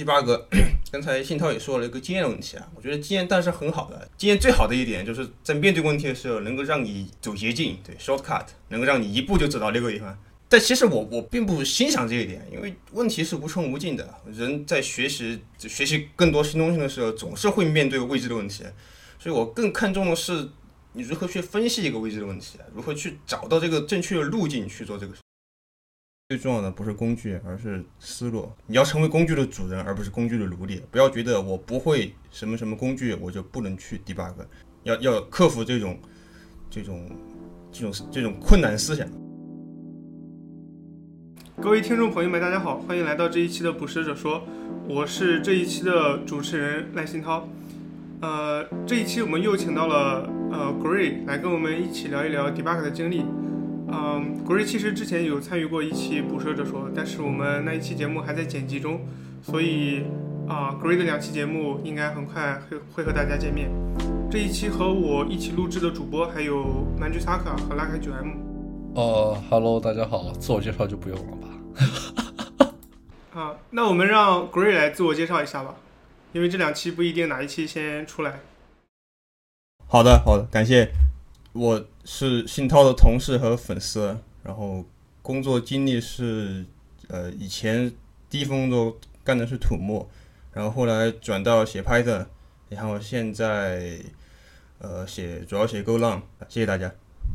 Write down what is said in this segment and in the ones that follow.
debug， 刚才信涛也说了一个经验的问题啊，我觉得经验当然是很好的，经验最好的一点就是在面对问题的时候能够让你走捷径，对 shortcut， 能够让你一步就走到那个地方。但其实我并不欣赏这一点，因为问题是无穷无尽的，人在学习更多新东西的时候，总是会面对未知的问题，所以我更看重的是你如何去分析一个未知的问题，如何去找到这个正确的路径去做这个事。最重要的不是工具，而是思路。你要成为工具的主人，而不是工具的奴隶。不要觉得我不会什么什么工具，我就不能去 debug。要克服这种困难思想。 各位听众朋友们，大家好，欢迎来到这一期的捕食者说，我是这一期的主持人赖新涛。这一期我们又请到了Gray 来跟我们一起聊一聊 debug 的经历。Gray 其实之前有参与过一期捕食者说，但是我们那一期节目还在剪辑中，所以Gray 的2期节目应该很快会和大家见面。这一期和我一起录制的主播还有曼居萨卡和拉开9M。 Hello， 大家好，自我介绍就不用了吧？ 那我们让 Gray 来自我介绍一下吧，因为这2期不一定哪一期先出来。 好的，感谢。我是信涛的同事和粉丝，然后工作经历是以前第一份工作干的是土木，然后后来转到写 Python， 然后现在主要写 Golang。谢谢大家。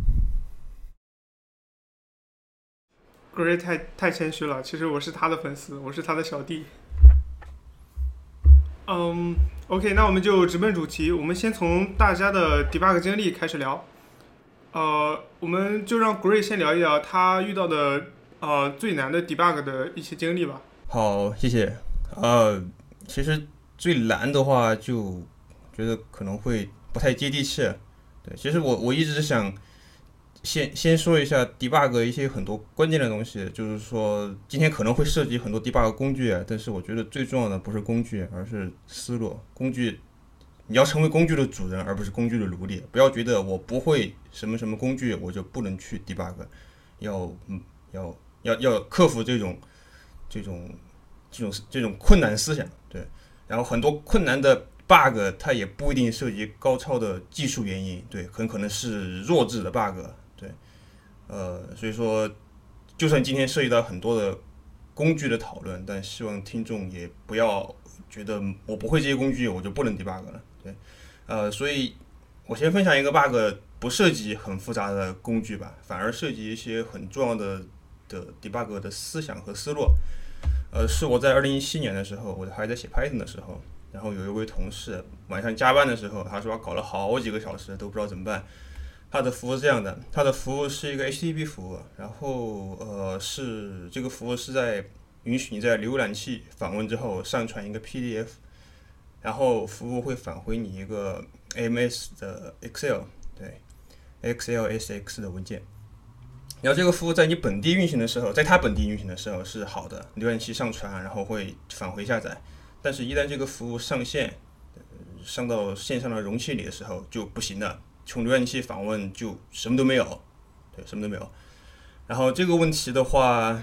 Gray 太谦虚了，其实我是他的粉丝，我是他的小弟。OK， 那我们就直奔主题，我们先从大家的 debug 经历开始聊。我们就让 Gray 先聊一聊他遇到的最难的 debug 的一些经历吧。 好，谢谢。其实最难的话就觉得可能会不太接地气。对，其实我一直想先说一下 debug 一些很多关键的东西，就是说今天可能会涉及很多 debug 工具，但是我觉得最重要的不是工具，而是思路。工具你要成为工具的主人，而不是工具的奴隶。不要觉得我不会什么什么工具，我就不能去 debug。要克服这种困难思想。对，然后很多困难的 bug 它也不一定涉及高超的技术原因，对，很可能是弱智的 bug。对，所以说，就算今天涉及到很多的工具的讨论，但希望听众也不要觉得我不会这些工具，我就不能 debug 了。对，所以我先分享一个 bug 不涉及很复杂的工具吧，反而涉及一些很重要的 debug 的思想和思路。是我在2017年的时候，我还在写 Python 的时候，然后有一位同事晚上加班的时候，他说他搞了好几个小时都不知道怎么办。他的服务是这样的，他的服务是一个 HTTP 服务，然后这个服务是在允许你在浏览器访问之后上传一个 PDF， 然后服务会返回你一个 AMS 的 Excel， 对 XLSX 的文件。然后这个服务在你本地运行的时候，在它本地运行的时候是好的，浏览器上传，然后会返回下载。但是，一旦这个服务上线，上到线上的容器里的时候就不行了。从浏览器访问就什么都没有，对，什么都没有。然后这个问题的话，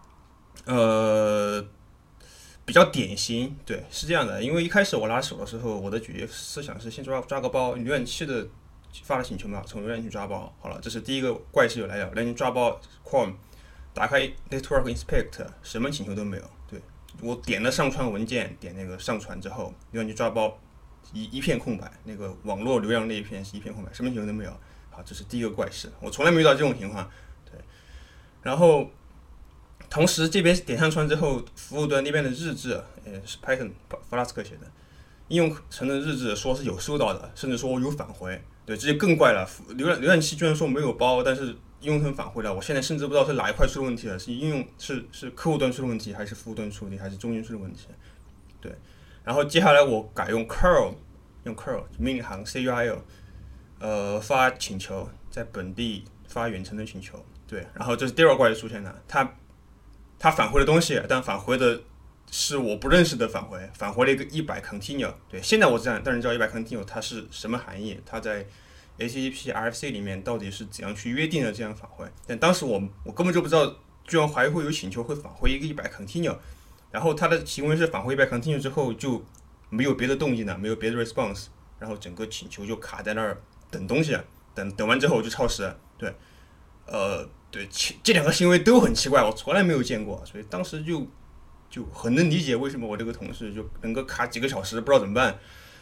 比较典型，对，是这样的。因为一开始我拿手的时候，我的解决思想是先抓个包，浏览器的发了请求嘛，从浏览器抓包，好了，这是第一个怪事就来了。浏览器抓包 Chrome 打开 Network Inspect， 什么请求都没有。对，我点了上传文件，点那个上传之后，浏览器抓包。一片空白，那个网络流量那一片是一片空白，什么情况都没有。好，这是第一个怪事，我从来没遇到这种情况。对，然后同时这边点上传之后，服务端那边的日志是 Python Flask 写的，应用层的日志说是有收到的，甚至说我有返回。对，这就更怪了，浏览器居然说没有包，但是应用层返回了。我现在甚至不知道是哪一块出了问题了，是应用是客户端出了问题，还是服务端出了问题，还是中间出了问题？对。然后接下来我改用 curl 命令行 curl， 发请求，在本地发远程的请求。对，然后这是第二个怪事出现了，它返回的东西，但返回的是我不认识的返回了一个100 continue。对，现在我当然知道100 continue 它是什么含义，它在 HTTP RFC 里面到底是怎样去约定的这样返回。但当时我根本就不知道，居然还会有请求会返回一个100 continue。 然后它的行为是返回100 continue 之后就没有别的动静了，没有别的 response， 然后整个请求就卡在那儿等东西，等完之后就超时。对，对，这两个行为都很奇怪，我从来没有见过，所以当时就很能理解为什么我这个同事就能够卡几个小时，不知道怎么办。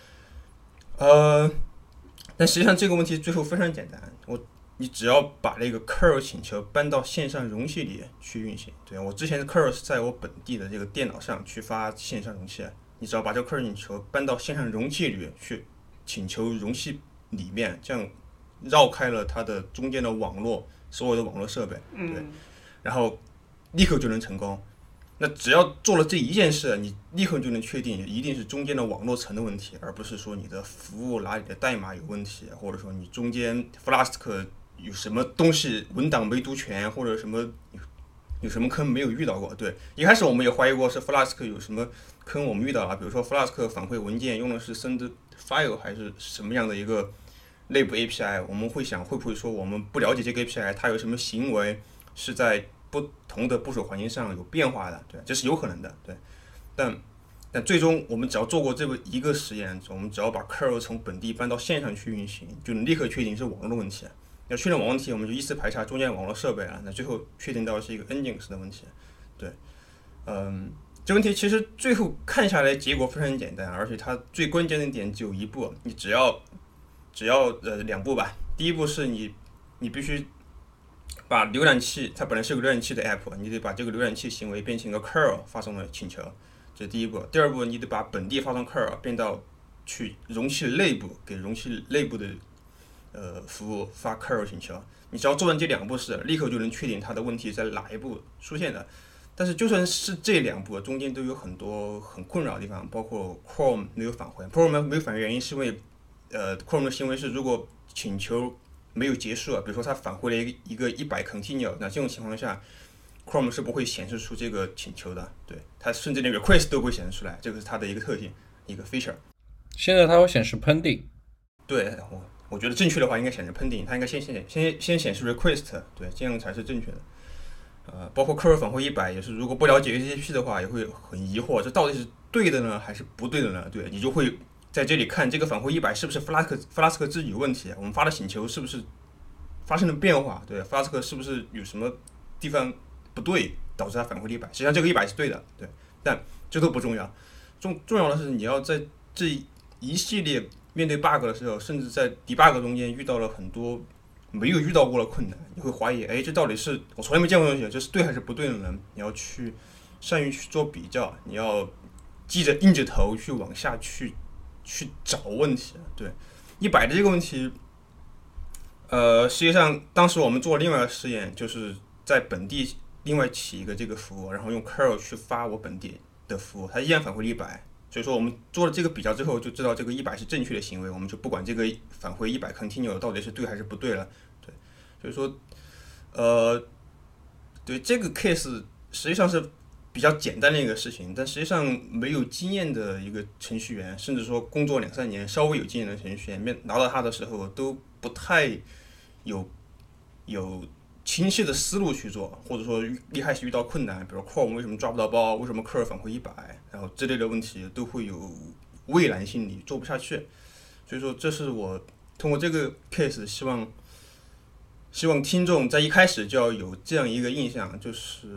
但实际上这个问题最后非常简单，你只要把那个 curl 请求搬到线上容器里去运行。对，我之前的 curl 是在我本地的这个电脑上去发线上容器，你只要把这个 curl 请求搬到线上容器里去请求容器里面，这样绕开了它的中间的网络，所有的网络设备，对，然后立刻就能成功。那只要做了这一件事，你立刻就能确定一定是中间的网络层的问题，而不是说你的服务哪里的代码有问题，或者说你中间 Flask 有什么东西文档没读全，或者什么有什么坑没有遇到过。对，一开始我们也怀疑过是 Flask 有什么坑我们遇到了，比如说 Flask 反馈文件用的是 send file 还是什么样的一个内部 API， 我们会想会不会说我们不了解这个 API 它有什么行为是在不同的部署环境上有变化的，对，这是有可能的，对。但最终我们只要做过这么一个实验，我们只要把 curl 从本地搬到线上去运行，就能立刻确定是网络的问题。要确认网络问题，我们就依次排查中间网络设备了，那最后确定到是一个 Nginx 的问题。对，这问题其实最后看下来结果非常简单，而且它最关键的点只有一步，你只要两步吧。第一步是你必须把浏览器，它本来是个浏览器的 app， 你得把这个浏览器行为变成一个 curl 发送的请求，这是第一步。第二步，你得把本地发送 curl 变到去容器内部，给容器内部的服务发 curl 请求。你只要做完这两步事，立刻就能确定它的问题在哪一步出现的。但是就算是这两步，中间都有很多很困扰的地方，包括 Chrome 没有返回。Chrome 没有返回原因是因为Chrome 的行为是如果请求没有结束，比如说它返回了一个100 continue， 那这种情况下 Chrome 是不会显示出这个请求的，对，它甚至连 request 都不会显示出来，这个是它的一个特性，一个 feature。 现在它会显示 pending。 对，我觉得正确的话应该显示 pending， 它应该先显示 request， 对，这样才是正确的。包括 curl 返回100也是，如果不了解 HTTP 的话，也会很疑惑，这到底是对的呢，还是不对的呢？对，你就会在这里看这个返回100是不是 Flask 自己有问题，我们发的请求是不是发生了变化？对 ，Flask 是不是有什么地方不对，导致它返回100？实际上这个100是对的，对，但这都不重要，重要的是你要在这一系列面对 bug 的时候，甚至在 debug 中间遇到了很多没有遇到过的困难，你会怀疑，这到底是我从来没见过东西，这是对还是不对的呢？你要去善于去做比较，你要硬着头去往下去找问题。对，100的这个问题，实际上当时我们做了另外一个实验，就是在本地另外起一个这个服务，然后用 curl 去发我本地的服务，它依然返回了100。所以说我们做了这个比较之后，就知道这个100是正确的行为，我们就不管这个返回100 continue 到底是对还是不对了。对，所以说，对这个 case 实际上是比较简单的一个事情，但实际上没有经验的一个程序员，甚至说工作2-3年稍微有经验的程序员，拿到它的时候都不太有清晰的思路去做，或者说一开始遇到困难，比如 Chrome 为什么抓不到包，为什么 curl 返回100，然后这类的问题都会有畏难心理，做不下去。所以说，这是我通过这个 case 希望听众在一开始就要有这样一个印象，就是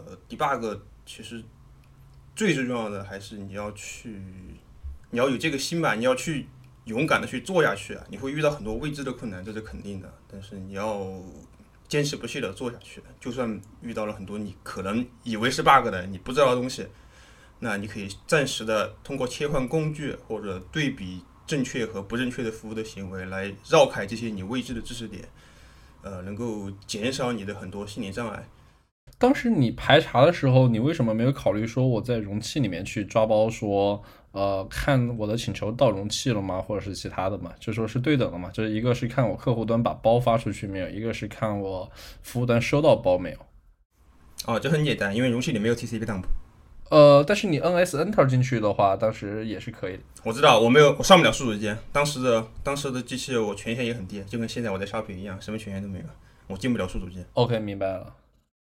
debug 其实最重要的还是你要有这个心吧，你要去勇敢的去做下去。你会遇到很多未知的困难，这是肯定的，但是你要坚持不懈的做下去，就算遇到了很多你可能以为是 bug 的你不知道的东西，那你可以暂时的通过切换工具或者对比正确和不正确的服务的行为来绕开这些你未知的知识点，能够减少你的很多心理障碍。 当时你排查的时候，你为什么没有考虑说我在容器里面去抓包说看我的请求到容器了吗，或者是其他的嘛？就说是对等的嘛？就是一个是看我客户端把包发出去没有，一个是看我服务端收到包没有。 这很简单，因为容器里没有 TCP dump。 但是你 NS Enter 进去的话，当时也是可以的。 我知道，我上不了数组间，当时的机器我权限也很低，就跟现在我在 Shopping 一样，什么权限都没有，我进不了数组间。 OK， 明白了。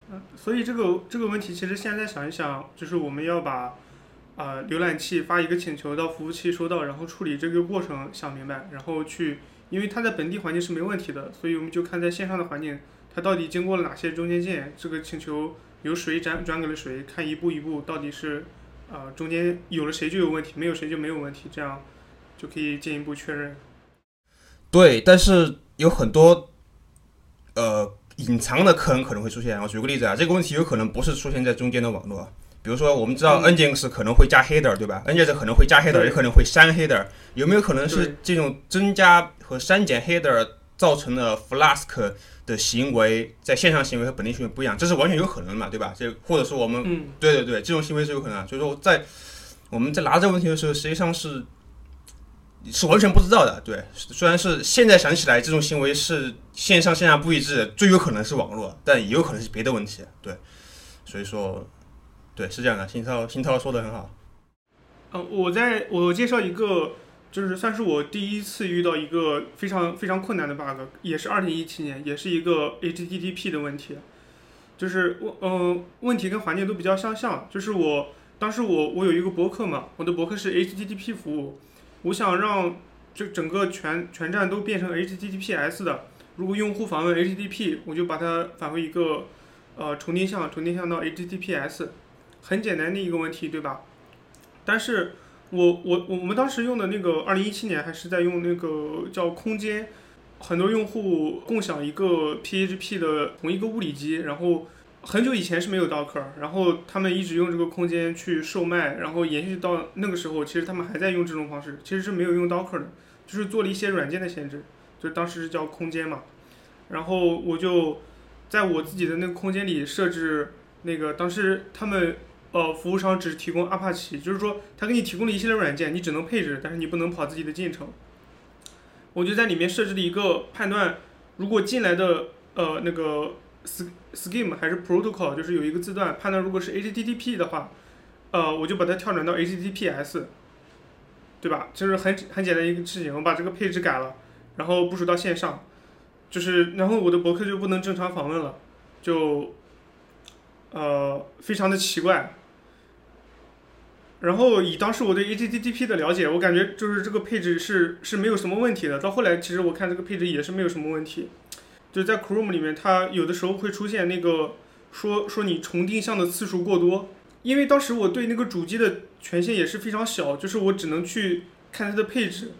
所以这个问题其实现在想一想，就是我们要把浏览器发一个请求到服务器收到，然后处理这个过程想明白，然后因为它在本地环境是没问题的，所以我们就看在线上的环境它到底经过了哪些中间件，这个请求由谁转给了谁，看一步一步到底是中间有了谁就有问题，没有谁就没有问题，这样就可以进一步确认。 对，但是有很多隐藏的坑可能会出现。我举个例子啊，这个问题有可能不是出现在中间的网络，比如说我们知道 Nginx 可能会加 header， 对吧 ？Nginx 可能会加 header， 也可能会删 header， 有没有可能是这种增加和删减 header 造成的 Flask 的行为在线上行为和本地行为不一样？这是完全有可能的嘛，对吧？或者说我们对，这种行为是有可能的。所以说我们在拿这个问题的时候，实际上是完全不知道的。对，虽然是现在想起来，这种行为是线上线下不一致，最有可能是网络，但也有可能是别的问题。对，所以说，对，是这样的。新涛说的很好。 我介绍一个，就是算是我第一次遇到一个非常非常困难的 bug， 也是2017年，也是一个 HTTP 的问题。就是问题跟环境都比较相像。就是当时我有一个博客嘛，我的博客是 HTTP 服务。我想让这整个全站都变成 HTTPS 的。如果用户访问 HTTP， 我就把它返回一个重定向到 HTTPS， 很简单的一个问题，对吧？但是我们当时用的那个2017年还是在用那个叫空间，很多用户共享一个 PHP 的同一个物理机，然后很久以前是没有 Docker， 然后他们一直用这个空间去售卖，然后延续到那个时候，其实他们还在用这种方式，其实是没有用 Docker 的，就是做了一些软件的限制，就当时叫空间嘛。然后我就在我自己的那个空间里设置那个，当时他们服务商只提供 Apache， 就是说他给你提供了一系列软件，你只能配置，但是你不能跑自己的进程。我就在里面设置了一个判断，如果进来的那个scheme 还是 protocol， 就是有一个字段判断，如果是 HTTP 的话，我就把它跳转到 HTTPS， 对吧？就是很简单一个事情，我把这个配置改了，然后部署到线上，然后我的博客就不能正常访问了，就非常的奇怪。然后以当时我对 HTTP 的了解，我感觉就是这个配置是没有什么问题的。到后来其实我看这个配置也是没有什么问题。就在 Chrome 里面，它有的时候会出现那个说你重定向的次数过多，因为当时我对那个主机的权限也是非常小，就是我只能去看它的配置，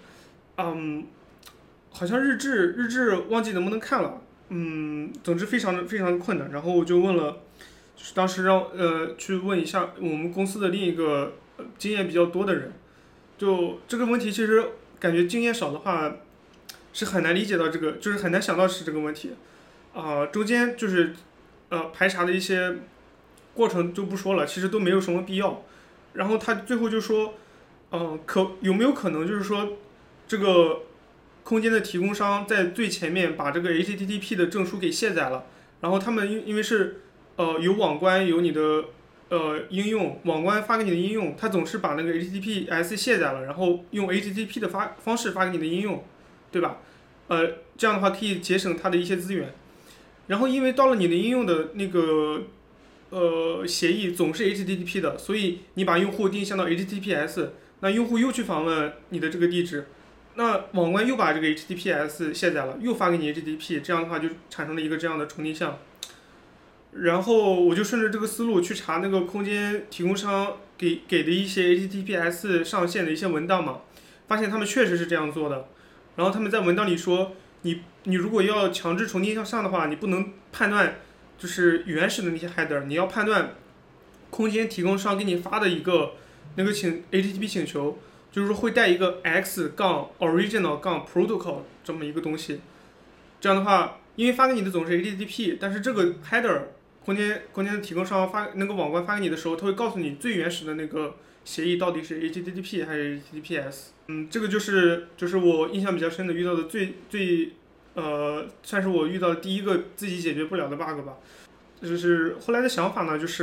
好像日志忘记能不能看了，总之非常的困难。然后我就问了，就是当时去问一下我们公司的另一个经验比较多的人，就这个问题其实感觉经验少的话是很难理解到这个，就是很难想到是这个问题，中间就是排查的一些过程就不说了，其实都没有什么必要。然后他最后就说，有没有可能就是说这个空间的提供商在最前面把这个 HTTP 的证书给卸载了，然后他们因为是有网关有你的应用，网关发给你的应用，它总是把那个 HTTPS 卸载了，然后用 HTTP 的方式发给你的应用，对吧？这样的话可以节省它的一些资源。然后因为到了你的应用的那个协议总是 HTTP 的，所以你把用户定向到 HTTPS， 那用户又去访问你的这个地址，那网关又把这个 HTTPS 卸载了，又发给你 HTTP， 这样的话就产生了一个这样的重定向。然后我就顺着这个思路去查那个空间提供商给的一些 HTTPS 上线的一些文档嘛，发现他们确实是这样做的。然后他们在文档里说，你如果要强制重定向上的话，你不能判断就是原始的那些 header， 你要判断空间提供商给你发的一个那个HTTP 请求，就是说会带一个 x-original-protocol 这么一个东西。这样的话，因为发给你的总是 HTTP， 但是这个 header 空间的提供商那个网关发给你的时候，它会告诉你最原始的那个协议到底是 HTTP 还是 HTTPS。这个就是我印象比较深的遇到的最算是我遇到的第一个自己解决不了的 bug 吧。就是后来的想法呢，就是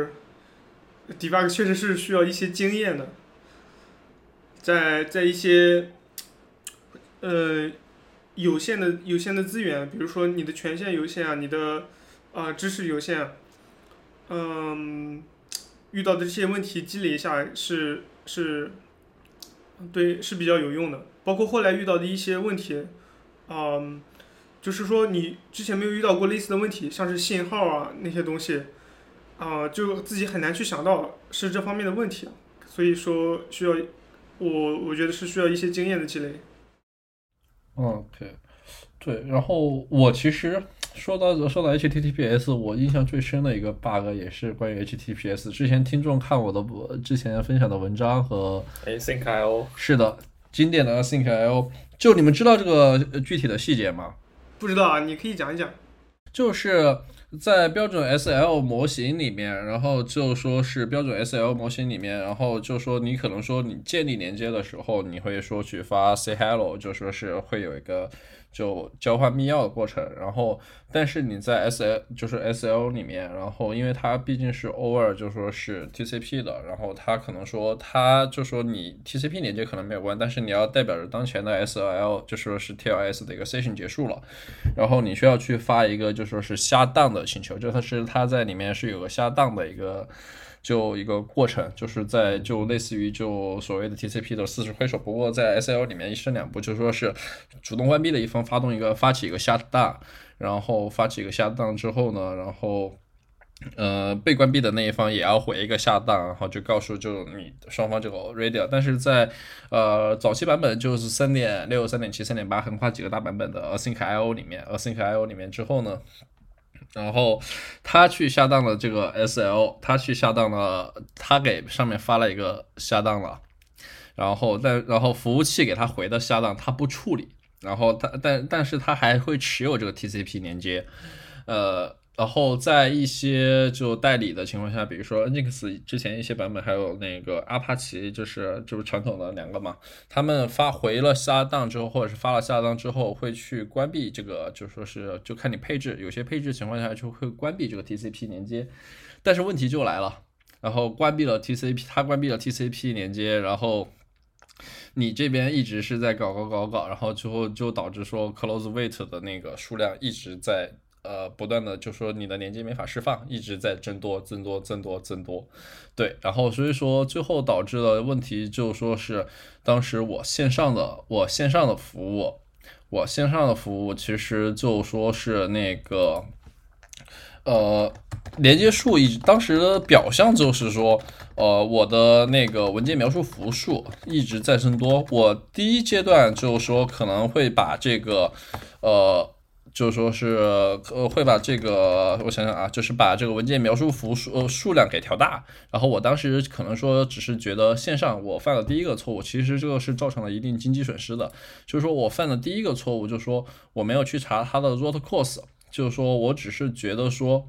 debug 确实是需要一些经验的，在一些有限的资源，比如说你的权限有限啊，你的知识有限， 遇到的这些问题积累一下对，是比较有用的。包括后来遇到的一些问题，就是说你之前没有遇到过类似的问题，像是信号啊那些东西，就自己很难去想到是这方面的问题，所以说需要我觉得是需要一些经验的积累。 OK，对，然后我其实说到 HTTPS，我印象最深的一个 bug 也是关于 HTTPS。之前听众看我的之前分享的文章和 Async.io 是的，经典的 Async.io， 就你们知道这个具体的细节吗？ 不知道啊，你可以讲一讲。 就是在标准 SL 模型里面，然后就说是标准 SL 模型里面，然后就说你可能说你建立连接的时候，你会说去发 say hello， 就说是会有一个就交换密钥的过程，然后但是你在 SL 里面，然后因为它毕竟是 over 就说是 TCP 的，然后它可能说它就说你 TCP 连接可能没有关，但是你要代表着当前的 SL 就说是 TLS 的一个 session 结束了，然后你需要去发一个就说是下档的请求，就是它在里面是有个下档的一个过程，就是就类似于就所谓的 TCP 的40挥手，不过在 SL 里面一生两步，就说是主动关闭的一方发起一个下档，然后发起一个下档之后呢，然后被关闭的那一方也要回一个下档，然后就告诉就你双方这个 radio。但是在早期版本就是 3.6、3.7、3.8横跨几个大版本的 Async.io 里面之后呢，然后他去下档了这个 SL， 他去下档了，他给上面发了一个下档了，然后服务器给他回的下档他不处理，然后但是他还会持有这个 TCP 连接，然后在一些就代理的情况下，比如说 Nix 之前一些版本，还有那个阿帕奇，就是传统的两个嘛，他们发回了下档之后，或者是发了下档之后，会去关闭这个，就说是就看你配置，有些配置情况下就会关闭这个 TCP 连接，但是问题就来了，然后他关闭了 TCP 连接，然后你这边一直是在搞，然后最后就导致说 close wait 的那个数量一直在不断的就说你的连接没法释放，一直在增多，对，然后所以说最后导致的问题就说是当时我线上的服务其实就说是那个连接数当时的表象就是说，我的那个文件描述符数一直在增多。我第一阶段就是说可能会把这个，就说是会把这个，我想想啊，就是把这个文件描述符数量给调大。然后我当时可能说只是觉得线上我犯了第一个错误，其实这个是造成了一定经济损失的。就是说我犯的第一个错误，就是说我没有去查它的 root cause。就是说我只是觉得说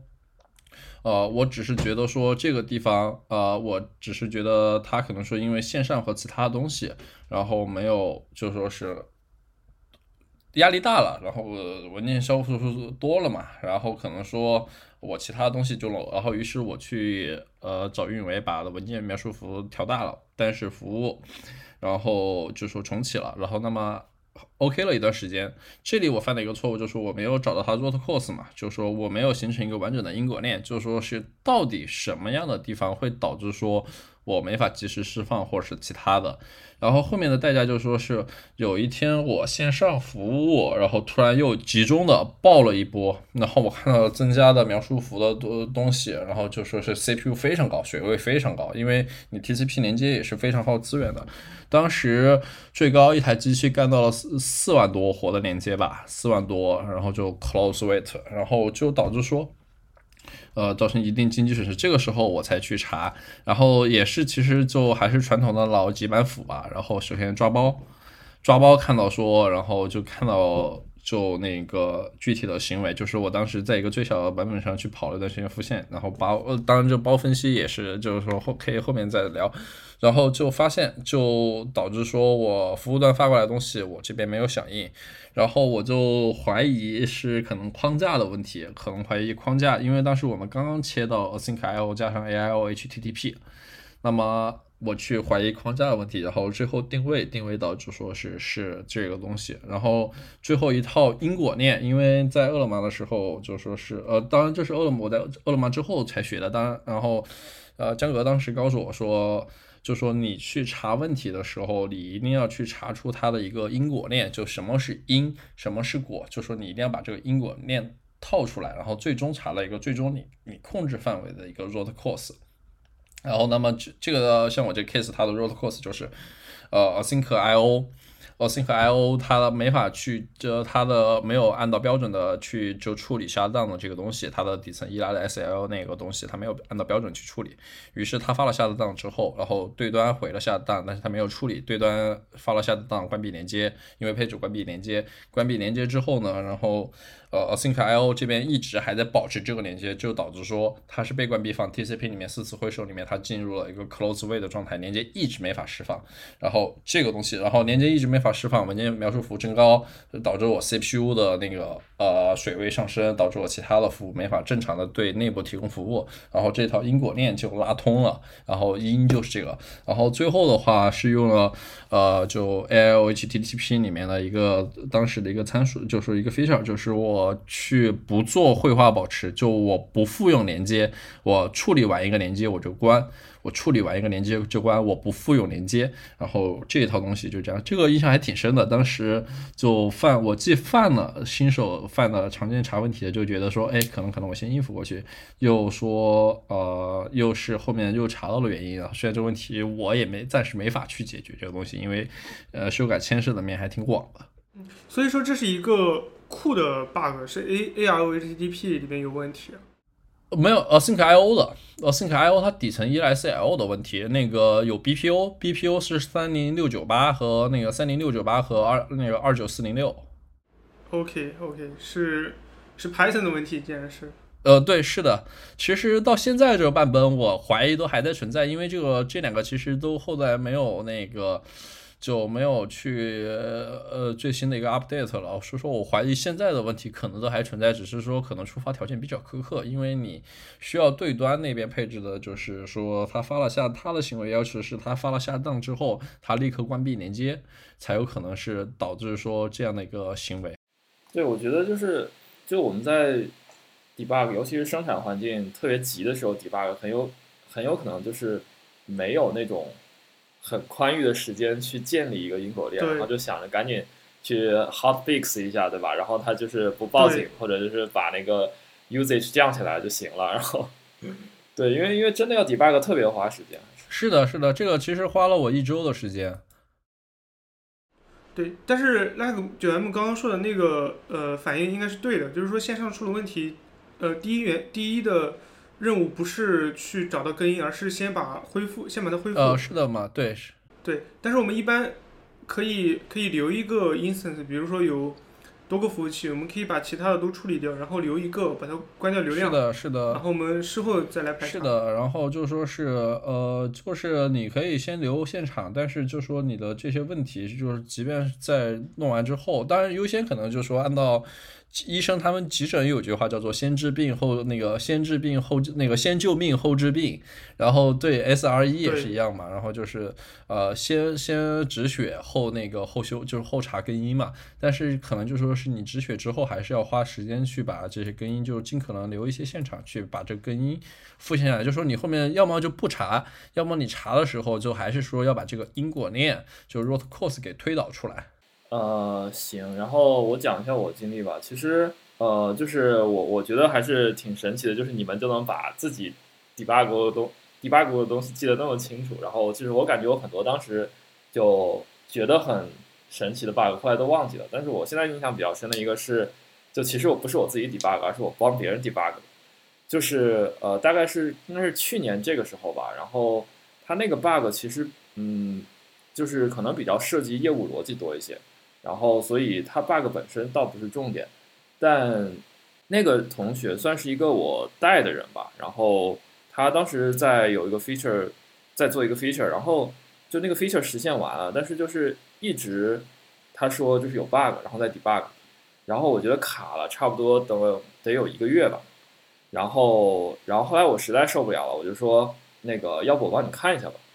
这个地方，我只是觉得它可能说因为线上和其他东西，然后没有就说是压力大了，然后文件消费数多了嘛，然后可能说我其他东西就漏，然后于是我去找运维把文件描述符调大了，但是服务然后就说重启了，然后那么OK 了一段时间，这里我犯的一个错误就是我没有找到它 root cause 嘛，就是说我没有形成一个完整的因果链，就是说是到底什么样的地方会导致说我没法及时释放或者是其他的，然后后面的代价就是说是有一天我线上服务，然后突然又集中的爆了一波，然后我看到增加的描述符的东西，然后就说是 CPU 非常高，水位非常高，因为你 TCP 连接也是非常耗资源的。当时最高一台机器干到了4万多活的连接吧，4万多，然后就 close wait， 然后就导致说造成一定经济损失。这个时候我才去查，然后也是其实就还是传统的老几板斧吧，然后首先抓包看到说，然后就看到就那个具体的行为，就是我当时在一个最小的版本上去跑了一段时间复线，然后当然这包分析也是就是说可以后面再聊，然后就发现就导致说我服务端发过来的东西我这边没有响应，然后我就怀疑是可能框架的问题，因为当时我们刚刚切到 Async.io 加上 AIO HTTP， 那么我去怀疑框架的问题，然后最后定位到就说是这个东西，然后最后一套因果链，因为在饿了么的时候就说是当然这是我在饿了么之后才学的，当然然后江哥当时告诉我说。就说你去查问题的时候，你一定要去查出它的一个因果链，就什么是因，什么是果，就说你一定要把这个因果链套出来，然后最终查了一个最终你控制范围的一个 root cause。然后，那么这个像我这个 case，它的 root cause 就是async.io。async.io 它没法去，它的没有按照标准的去就处理下档的这个东西，它的底层依赖的 SL 那个东西，它没有按照标准去处理。于是它发了下档之后，然后对端回了下档，但是它没有处理，对端发了下档关闭连接，因为配置关闭连接，关闭连接之后呢，然后async.io 这边一直还在保持这个连接，就导致说它是被关闭放 TCP 里面4次回收里面，它进入了一个 close way 的状态，连接一直没法释放。然后这个东西，然后连接一直没法释放，文件描述符增高，导致我 CPU 的那个水位上升，导致我其他的服务没法正常的对内部提供服务，然后这套因果链就拉通了，然后因就是这个，然后最后的话是用了就 AIO-HTTP 里面的一个当时的一个参数，就是一个 feature， 就是我去不做绘画保持，就我不复用连接，我处理完一个连接我就关。我处理完一个连接就关，我不复用连接，然后这一套东西就这样，这个印象还挺深的。当时就我既犯了新手犯的常见查问题的，就觉得说，哎，可能我先应付过去，又说又是后面又查到了原因啊。虽然这个问题我也暂时没法去解决这个东西，因为修改牵涉的面还挺广的。 所以说这是一个库的 bug， 是 ARO-HTTP 里面有问题。 没有 async.io 的 async.io 它底层依赖 CL 的问题，那个有 BPO 是30698和那个30698和那个29406。 OK， 是 Python 的问题，竟然是。 对，是的，其实到现在这个版本，我怀疑都还在存在，因为这两个其实都后来没有那个。就没有去最新的一个 update 了，所以说我怀疑现在的问题可能都还存在，只是说可能触发条件比较苛刻，因为你需要对端那边配置的，就是说他的行为要求是他发了下档之后，他立刻关闭连接，才有可能是导致说这样的一个行为。 对，我觉得就我们在 debug， 尤其是生产环境特别急的时候 debug， 很有可能就是没有那种很宽裕的时间去建立一个因果链，然后就想着赶紧去 hotfix 一下，对吧？然后他就是不报警，或者就是把那个 usage 降起来就行了。然后，对，因为真的要 debug 特别花时间。 是的，这个其实花了我1周的时间。 对，但是 9M 刚刚说的那个反应应该是对的，就是说线上出了问题，第一的任务不是去找到根因，而是先把它恢复。 是的嘛，对。 对，但是我们一般可以留一个 instance， 比如说有多个服务器，我们可以把其他的都处理掉，然后留一个，把它关掉流量。 是的。 然后我们事后再来排查。 是的，然后就说是就是你可以先留现场，但是就说你的这些问题，就是即便在弄完之后，当然优先可能就是说按照医生他们急诊有句话叫做先治病后先救命后治病，然后对 SRE 也是一样嘛，然后就是先止血后后修，就是后查根因嘛，但是可能就说是你止血之后还是要花时间去把这些根因就尽可能留一些现场去把这个根因复现下来，就说你后面要么就不查，要么你查的时候就还是说要把这个因果链就 root cause 给推导出来。 行，然后我讲一下我经历吧。其实就是我觉得还是挺神奇的，就是你们就能把自己 debug 的东西记得那么清楚。然后就是我感觉我很多当时就觉得很神奇的 bug， 后来都忘记了。但是我现在印象比较深的一个是，就其实我不是我自己 debug， 而是我帮别人 debug 的。就是大概应该是去年这个时候吧。然后它那个 bug 其实就是可能比较涉及业务逻辑多一些。然后，所以它 bug 本身倒不是重点，但那个同学算是一个我带的人吧。然后他当时在有一个 feature， 在做一个 feature， 然后就那个 feature 实现完了，但是就是一直他说就是有 bug， 然后再 debug， 然后我觉得卡了，差不多得有1个月吧。然后后来我实在受不了了，我就说那个要不我帮你看一下吧。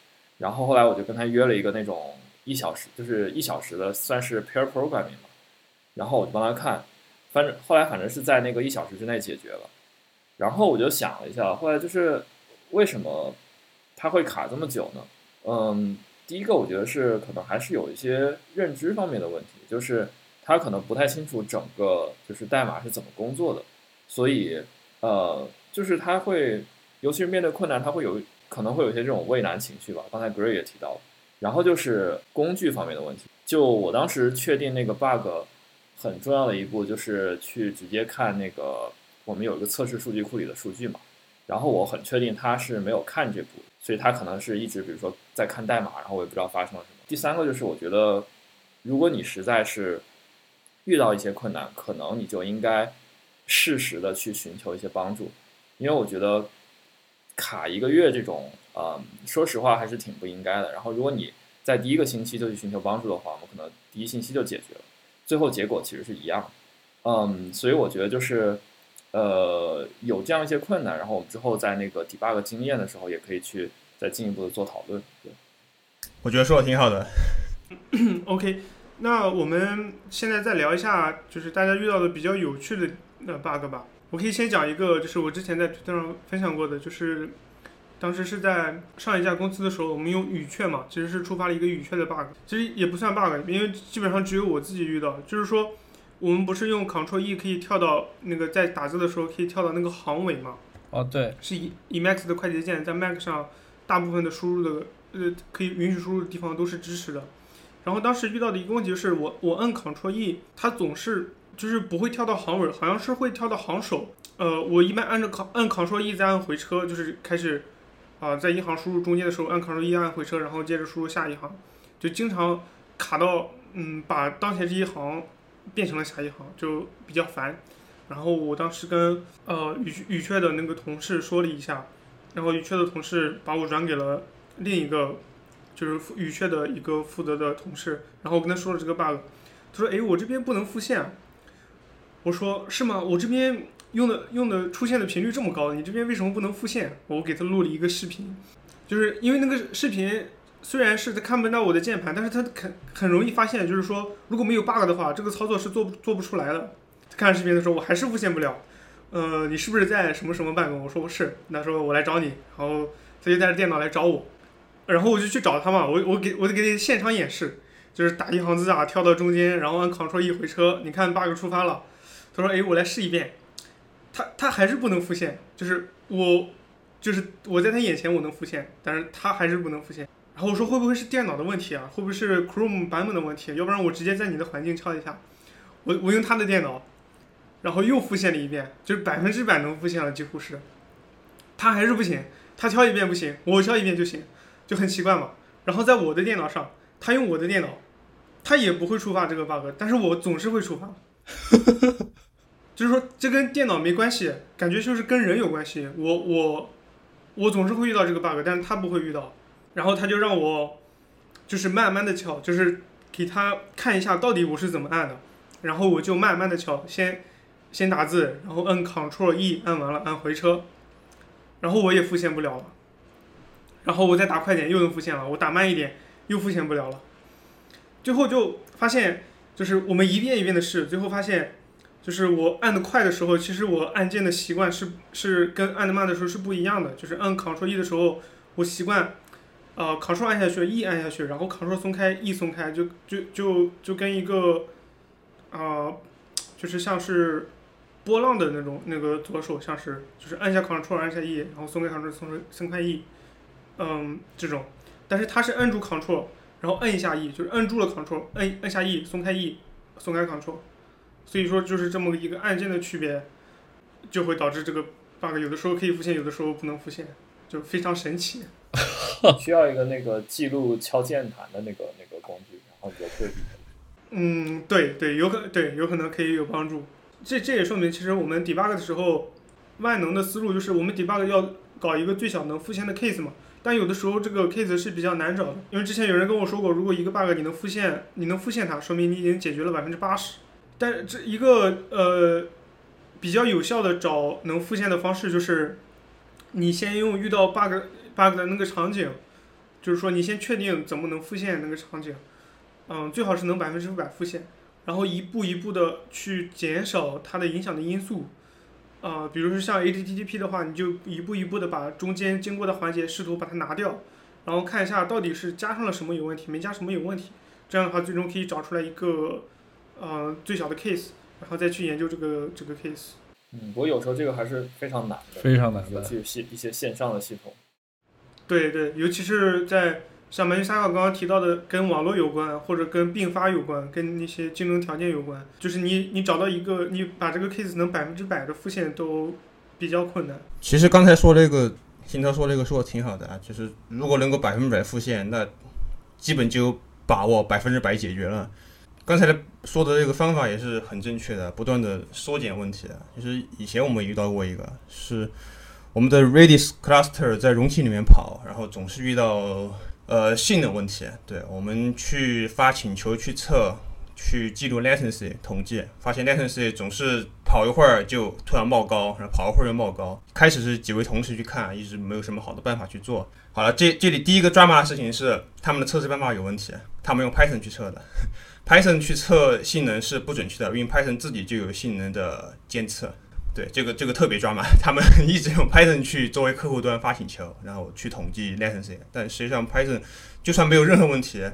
然后后来我就跟他约了一个那种1小时，就是1小时的算是 pair programming 嘛，然后我就帮他看，后来反正是在那个1小时之内解决了。然后我就想了一下，后来就是为什么它会卡这么久呢？第一个我觉得是可能还是有一些认知方面的问题，就是他可能不太清楚整个就是代码是怎么工作的，所以就是他会，尤其是面对困难，他可能会有一些这种畏难情绪吧。刚才 Gray 也提到了，然后就是工具方面的问题。就我当时确定那个 bug 很重要的一步就是去直接看那个我们有一个测试数据库里的数据嘛，然后我很确定他是没有看这步，所以他可能是一直比如说在看代码，然后我也不知道发生了什么。第三个就是我觉得，如果你实在是遇到一些困难，可能你就应该适时的去寻求一些帮助，因为我觉得卡1个月这种，说实话还是挺不应该的。然后如果你在第1个星期就去寻求帮助的话，我们可能第1星期就解决了，最后结果其实是一样的。所以我觉得就是有这样一些困难，然后我们之后在那个 debug 经验的时候，也可以去再进一步的做讨论。对， 我觉得说的挺好的。 OK， 那我们现在再聊一下，就是大家遇到的比较有趣的bug 吧。我可以先讲一个，就是我之前在 Twitter 上分享过的，就是当时是在上一家公司的时候，我们用语雀嘛，其实是触发了一个语雀的 bug， 其实也不算 bug， 因为基本上只有我自己遇到，就是说我们不是用 Ctrl+E 可以跳到那个在打字的时候可以跳到那个行尾嘛？ 哦，对， 是Emacs 的快捷键，在 Mac 上大部分的输入的可以允许输入的地方都是支持的。然后当时遇到的一个问题就是我摁 Ctrl+E， 它总是就是不会跳到行尾，好像是会跳到行首。我一般按 Ctrl+E 再按回车，就是开始在一行输入中间的时候按 Ctrl+E 按回车，然后接着输入下一行，就经常卡到把当前这一行变成了下一行，就比较烦。然后我当时跟语雀的那个同事说了一下，然后语雀的同事把我转给了另一个就是语雀的一个负责的同事，然后我跟他说了这个 bug， 他说我这边不能复现。我说是吗？我这边用的出现的频率这么高，你这边为什么不能复现？我给他录了一个视频，就是因为那个视频虽然是他看不到我的键盘，但是他很容易发现，就是说如果没有 bug 的话，这个操作是做不出来的。他看视频的时候我还是复现不了，你是不是在什么什么办公？我说是，他说我来找你，然后他就带着电脑来找我，然后我就去找他嘛，我给他现场演示，就是打一行字啊，跳到中间，然后按 Ctrl+E 回车，你看 bug 触发了。他说我来试一遍，他还是不能复现，就是我在他眼前我能复现，但是他还是不能复现。然后我说会不会是电脑的问题啊？会不会是 Chrome 版本的问题？要不然我直接在你的环境敲一下，我用他的电脑，然后又复现了一遍，就是100%能复现了，几乎是。他还是不行，他敲一遍不行，我敲一遍就行，就很奇怪嘛。然后在我的电脑上，他用我的电脑，他也不会触发这个 bug， 但是我总是会触发。就是说这跟电脑没关系，感觉就是跟人有关系。我总是会遇到这个 bug， 但是他不会遇到。然后他就让我就是慢慢的敲，就是给他看一下到底我是怎么按的。然后我就慢慢的敲，先打字，然后摁 Ctrl+E 按完了按回车，然后我也复现不了了。然后我再打快点又能复现了，我打慢一点又复现不了了。最后就发现，就是我们一遍一遍的试，最后发现，就是我按的快的时候，其实我按键的习惯是跟按的慢的时候是不一样的。就是按 Ctrl+E 的时候，我习惯Ctrl 按下去，E 按下去，然后 Ctrl 松开，E 松开，就跟一个就是像是波浪的那个左手，像是就是按下 Ctrl 按下 E， 然后松开 Ctrl 松开 E， 这种。但是它是摁住 Ctrl， 然后摁一下 E， 就是摁住了 Ctrl， 摁下 E， 松开 E， 松开 Ctrl。所以说就是这么一个按键的区别，就会导致这个 bug 有的时候可以复现，有的时候不能复现，就非常神奇。 需要一个那个记录敲键盘的那个工具，然后你就对比。 对，有可能可以有帮助。这也说明，其实我们 debug 的时候，万能的思路就是我们 debug 要搞一个最小能复现的 case 嘛。但有的时候这个 case 是比较难找的，因为之前有人跟我说过，如果一个 bug 你能复现它，说明你已经解决了80%。但这一个比较有效的找能复现的方式就是，你先用遇到 bug 的那个场景， 就是说你先确定怎么能复现那个场景，最好是能100%复现，然后一步一步的去减少它的影响的因素。比如说像 HTTP 的话，你就一步一步的把中间经过的环节试图把它拿掉，然后看一下到底是加上了什么有问题，没加什么有问题。这样的话，最终可以找出来一个最小的 case， 然后再去研究这个 case。 不过有时候这个还是非常难的， 非常难的， 尤其是一些线上的系统。 对对，尤其是在像梅沙刚刚提到的，跟网络有关，或者跟并发有关，跟那些竞争条件有关，就是你找到一个，你把这个 case 能100%的复现都比较困难。 其实刚才说那个新涛说那个说的挺好的啊，就是如果能够100%复现，那基本就把握100%解决了。刚才说的这个方法也是很正确的，不断的缩减问题。就是以前我们遇到过一个，是我们的 Redis cluster 在容器里面跑，然后总是遇到性能问题。对，我们去发请求去测，去记录 latency 统计，发现 latency 总是跑一会儿就突然冒高，然后跑一会儿又冒高。开始是几位同事去看，一直没有什么好的办法去做。好了，这里第一个抓马的事情是他们的测试办法有问题，他们用 Python 去测的。Python 去测性能是不准确的，因为 Python 自己就有性能的监测。对，这个特别抓马，他们一直用 Python 去作为客户端发请求，然后去统计 latency。但实际上 Python 就算没有任何问题，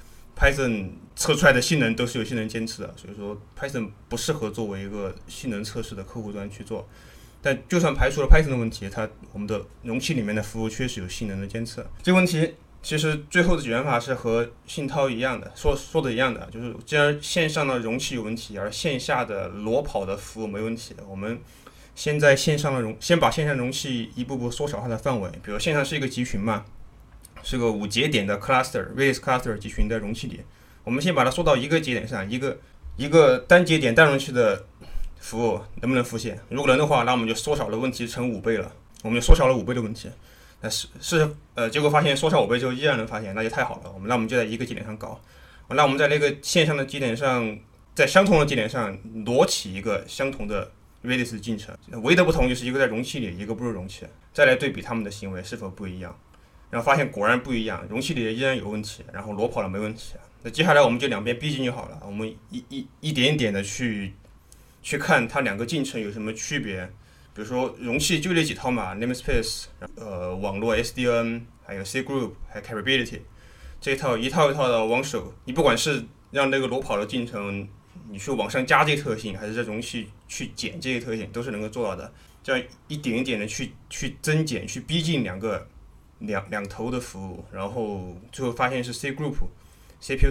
Python 测出来的性能都是有性能监测的，所以说 Python 不适合作为一个性能测试的客户端去做。但就算排除了 Python 的问题，我们的容器里面的服务确实有性能的监测。这个问题其实最后的解决法是和信涛一样的，说的一样的，就是既然线上的容器有问题，而线下的裸跑的服务没问题，我们先把线上的容器一步步缩小它的范围。比如线上是一个集群嘛，是个5节点的 cluster，Redis cluster 集群在容器里，我们先把它缩到一个节点上，一个单节点单容器的服务能不能复现？如果能的话，那我们就缩小了问题成5倍了，我们就缩小了5倍的问题。但结果发现缩小5倍之后依然能发现，那就太好了。那我们就在一个节点上搞，那我们在那个线上的节点上，在相同的节点上裸起一个相同的 Redis 进程，唯一的不同就是一个在容器里，一个不是容器。再来对比他们的行为是否不一样，然后发现果然不一样，容器里依然有问题，然后裸跑了没问题。那接下来我们就两边逼近就好了，我们一点一点的去看它两个进程有什么区别。比如说容器就那几套嘛 ，namespace， 网络 SDN， 还有 C group， 还有 capability， 这一套一套的网手，你不管是让那个裸跑的进程，你去往上加这些特性，还是在容器去减这些特性，都是能够做到的。这样一点一点的去增减，去逼近两头的服务，然后最后发现是 C group、CPU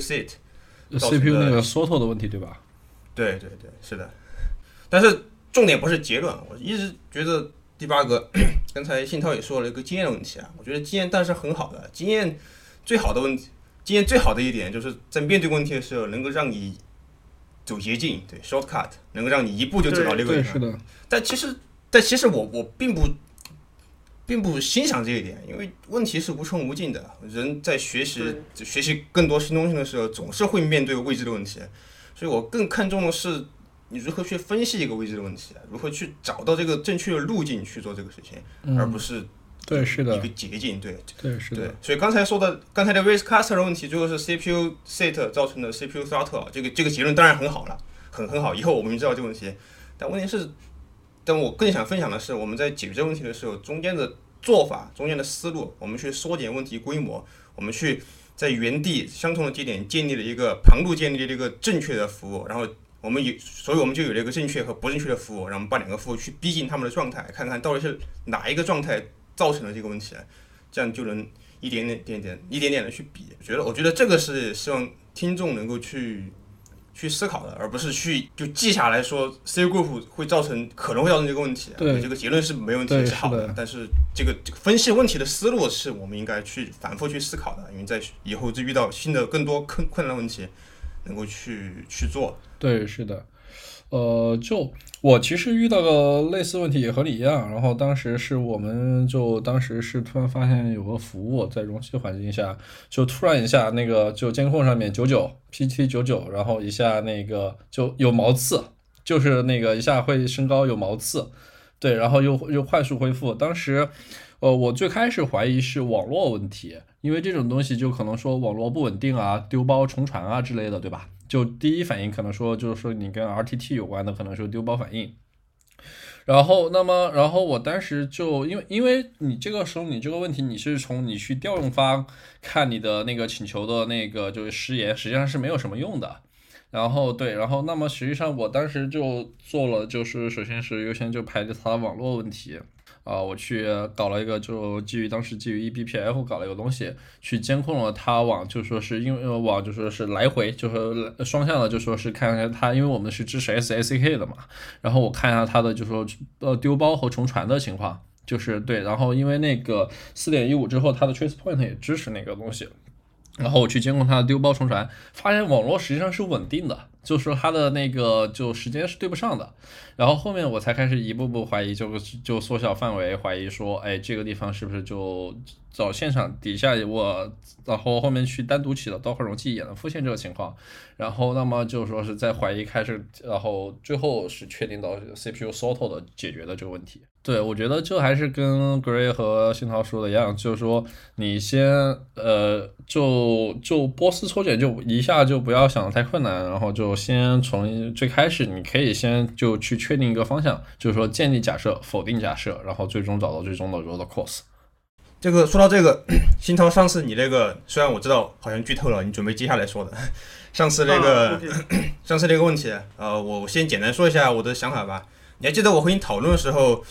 set、CPU 那个缩头的问题，对吧？ 对，是的。但是重点不是结论，我一直觉得debug，刚才信涛也说了一个经验的问题啊。我觉得经验但是很好的，经验最好的一点就是在面对问题的时候，能够让你走捷径，对 shortcut， 能够让你一步就走到那个地方。 是的。 但其实我并不欣赏这一点，因为问题是无穷无尽的。人在学习更多新东西的时候，总是会面对未知的问题，所以我更看重的是你如何去分析一个未知的问题，如何去找到这个正确的路径去做这个事情，而不是对，是的， 一个捷径。对， 是的。 所以刚才的 Redis cluster 的问题，最后是 CPU set 造成的 CPU throttle， 这个结论当然很好了，很好。以后我们知道这个问题，但问题是，但我更想分享的是，我们在解决这个问题的时候，中间的做法、中间的思路，我们去缩减问题规模，我们去在原地相同的节点建立了一个旁路，建立了一个正确的服务，然后所以我们就有了一个正确和不正确的服务，然后我们把两个服务去逼近他们的状态，看看到底是哪一个状态造成了这个问题，这样就能一点点的去比。我觉得这个是希望听众能够去思考的，而不是就记下来说 C group 可能会造成这个问题。 对， 这个结论是没问题，是好的。但是这个分析问题的思路是我们应该去反复去思考的，因为在以后遇到新的更多困难的问题，能够去做。 对，是的。就我其实遇到个类似问题也和你一样，然后当时是突然发现有个服务在容器环境下，就突然一下那个就监控上面PT99，然后一下那个就有毛刺，就是那个一下会升高有毛刺，对，然后又快速恢复。当时我最开始怀疑是网络问题， 因为这种东西就可能说网络不稳定啊、丢包重传啊之类的，对吧？就第一反应可能说就是说你跟 RTT 有关的，可能是丢包反应。然后我当时就因为你这个时候你这个问题你是从你去调用方看你的那个请求的那个就是时延，实际上是没有什么用的。然后那么实际上我当时就做了，就是首先是优先就排除它的网络问题。我去搞了一个，就当时基于 eBPF 搞了一个东西，去监控了它网，就说是因为网就说是来回，就是双向的，就说是看看它，因为我们是支持 SACK 的嘛，然后我看一下它的就说丢包和重传的情况，就是对，然后因为那个 4.15 之后，它的 Trace Point 也支持那个东西。然后我去监控它的丢包重传，发现网络实际上是稳定的，就是说它的那个就时间是对不上的。然后后面我才开始一步步怀疑，就缩小范围，怀疑说，哎，这个地方是不是就找现场底下然后后面去单独起了Docker容器也能复现这个情况。然后那么就说是在怀疑开始，然后最后是确定到 CPU Sotto 的解决的这个问题。对，我觉得这还是跟 Gray 和新涛说的一样，就是说你先就波斯抽检就一下就不要想得太困难，然后就先从最开始你可以先就去确定一个方向，就是说建立假设、否定假设，然后最终找到最终的 root cause。 这个说到这个，新涛上次你那个虽然我知道好像剧透了，你准备接下来说的，上次那个、上次那个问题，我先简单说一下我的想法吧。你还记得我和你讨论的时候，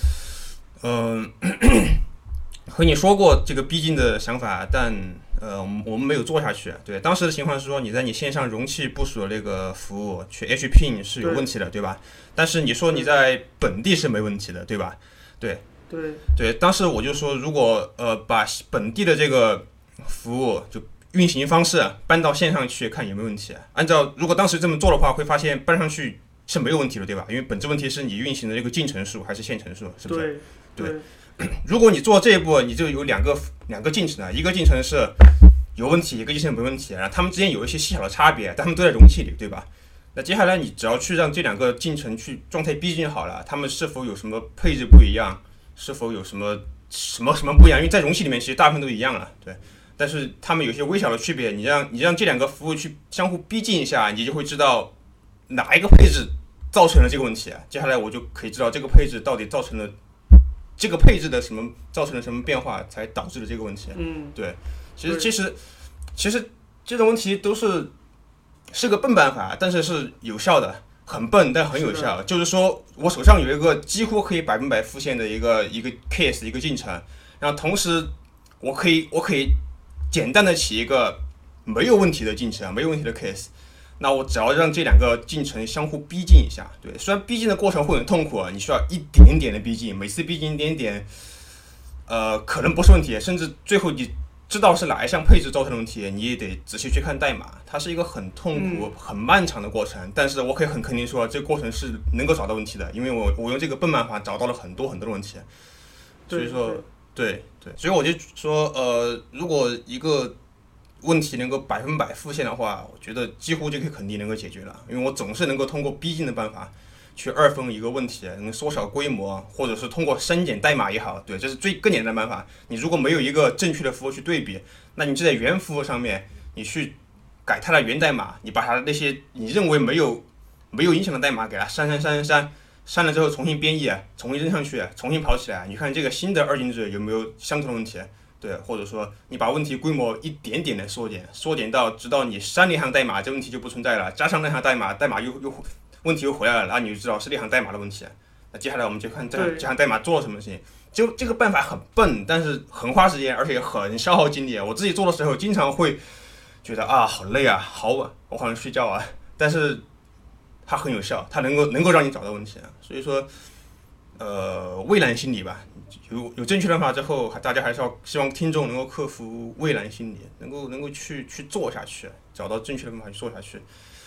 和你说过这个逼近的想法，但我们没有做下去。对，当时的情况是说你在你线上容器部署的那个服务去 HPing 是有问题的，对吧？但是你说你在本地是没问题的，对吧？对，当时我就说，如果把本地的这个服务就运行方式搬到线上去看有没有问题。如果当时这么做的话，会发现搬上去是没有问题的，对吧？因为本质问题是你运行的这个进程数还是线程数，是不是？对。如果你做这一步，你就有两个进程，一个进程是有问题，一个进程没问题，然后它们之间有一些细小的差别，但它们都在容器里，对吧？那接下来你只要去让这两个进程去状态逼近好了，它们是否有什么配置不一样，是否有什么不一样？因为在容器里面其实大部分都一样了，对。但是它们有些微小的区别，你让这两个服务去相互逼近一下，你就会知道哪一个配置造成了这个问题。接下来我就可以知道这个配置到底造成了这个配置的造成了什么变化，才导致了这个问题。对。其实这种问题都是个笨办法，但是是有效的，很笨但很有效。就是说我手上有一个几乎可以100%复现的一个 case 一个进程，然后同时我可以简单的起一个没有问题的进程，没有问题的 case。那我只要让这两个进程相互逼近一下，对，虽然逼近的过程会很痛苦，你需要一点点的逼近，每次逼近一点点，可能不是问题，甚至最后你知道是哪一项配置造成的问题，你也得仔细去看代码，它是一个很痛苦、很漫长的过程。但是我可以很肯定说，这个过程是能够找到问题的，因为我用这个笨办法找到了很多的问题。所以说，对，所以我就说，如果一个问题能够100%复现的话，我觉得几乎就可以肯定能够解决了，因为我总是能够通过逼近的办法去二分一个问题，能缩小规模，或者是通过删减代码也好，对，这是更简单的办法。你如果没有一个正确的服务去对比，那你就在原服务上面，你去改它的源代码，你把它的那些你认为没有影响的代码给它删了之后重新编译，重新扔上去，重新跑起来，你看这个新的二进制有没有相同的问题？对，或者说你把问题规模一点点的缩减到直到你删了一行代码，这问题就不存在了，加上那行代码又问题又回来了，然后你就知道是那行代码的问题。那接下来我们就看这行代码做了什么事情。就这个办法很笨，但是很花时间，而且很消耗精力。我自己做的时候，经常会觉得好累啊，好晚，我好想睡觉啊。但是它很有效，它能够让你找到问题。所以说，畏难心理吧，有正确的办法之后，大家还是要希望听众能够克服畏难心理，能够去做下去，找到正确的办法去做下去，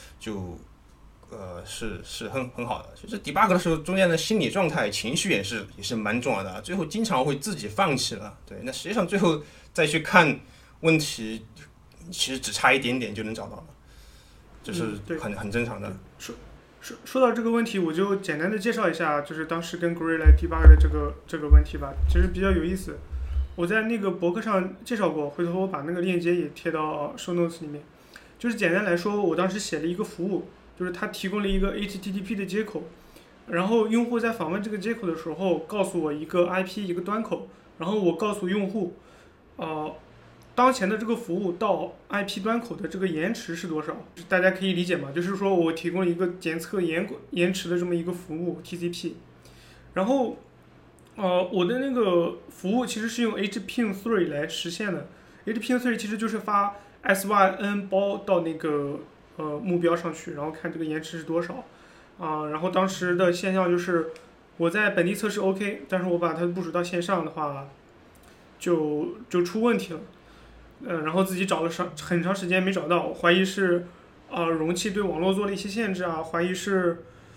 是很好的。其实 debug 的时候，中间的心理状态、情绪也是蛮重要的。最后经常会自己放弃了，对。那实际上最后再去看问题，其实只差一点点就能找到了，这是很正常的。 说到这个问题，我就简单的介绍一下，就是当时跟 Gray 来 debug 的这个问题吧，其实比较有意思。 我在那个博客上介绍过，回头我把那个链接也贴到 show notes 里面。就是简单来说，我当时写了一个服务，就是它提供了一个 HTTP 的接口，然后用户在访问这个接口的时候，告诉我一个 IP 一个端口，然后我告诉用户，当前的这个服务到 IP 端口的这个延迟是多少？大家可以理解嘛？就是说我提供了一个检测延迟的这么一个服务 TCP， 然后我的那个服务其实是用 HPN3 来实现的。HPN3 其实就是发 SYN 包到那个目标上去，然后看这个延迟是多少然后当时的现象就是我在本地测试 OK， 但是我把它部署到线上的话就出问题了。然后自己找了很长时间没找到，我怀疑是容器对网络做了一些限制怀疑是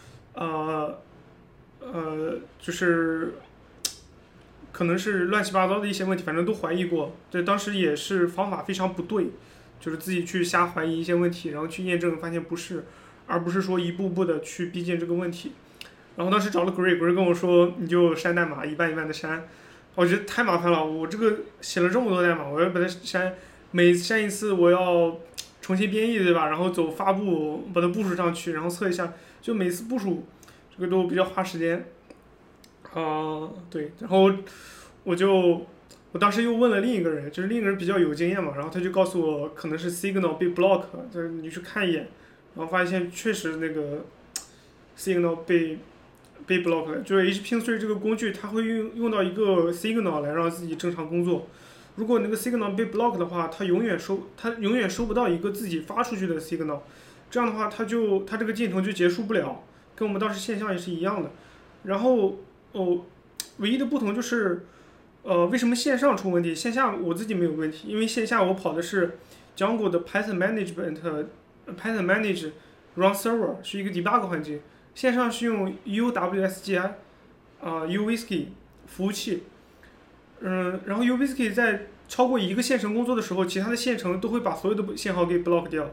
就是可能是乱七八糟的一些问题，反正都怀疑过。对，当时也是方法非常不对，就是自己去瞎怀疑一些问题，然后去验证，发现不是，而不是说一步步的去逼近这个问题。然后当时找了 Gray 跟我说，你就删代码，一半一半的删。我觉得太麻烦了，我这个写了这么多代码，我要把它删，每删一次我要重新编译，对吧？然后走发布，把它部署上去，然后测一下，就每次部署这个都比较花时间。对，然后我当时又问了另一个人，就是另一个人比较有经验嘛，然后他就告诉我可能是 Signal 被 block， 就是你去看一眼，然后发现确实那个 Signal 被 block 了，就是 HPN3 这个工具它会用到一个 Signal 来让自己正常工作。如果那个 Signal 被 block 的话，它永远收不到一个自己发出去的 Signal， 这样的话它这个进程就结束不了，跟我们当时现象也是一样的。然后唯一的不同就是为什么线上出问题，线下我自己没有问题，因为线下我跑的是 Django 的 Python Manage Run Server 是一个 debug 环境，线上是用 UWSGI Uwhisky 服务器，然后 Uwhisky 在超过一个线程工作的时候，其他的线程都会把所有的信号给 block 掉，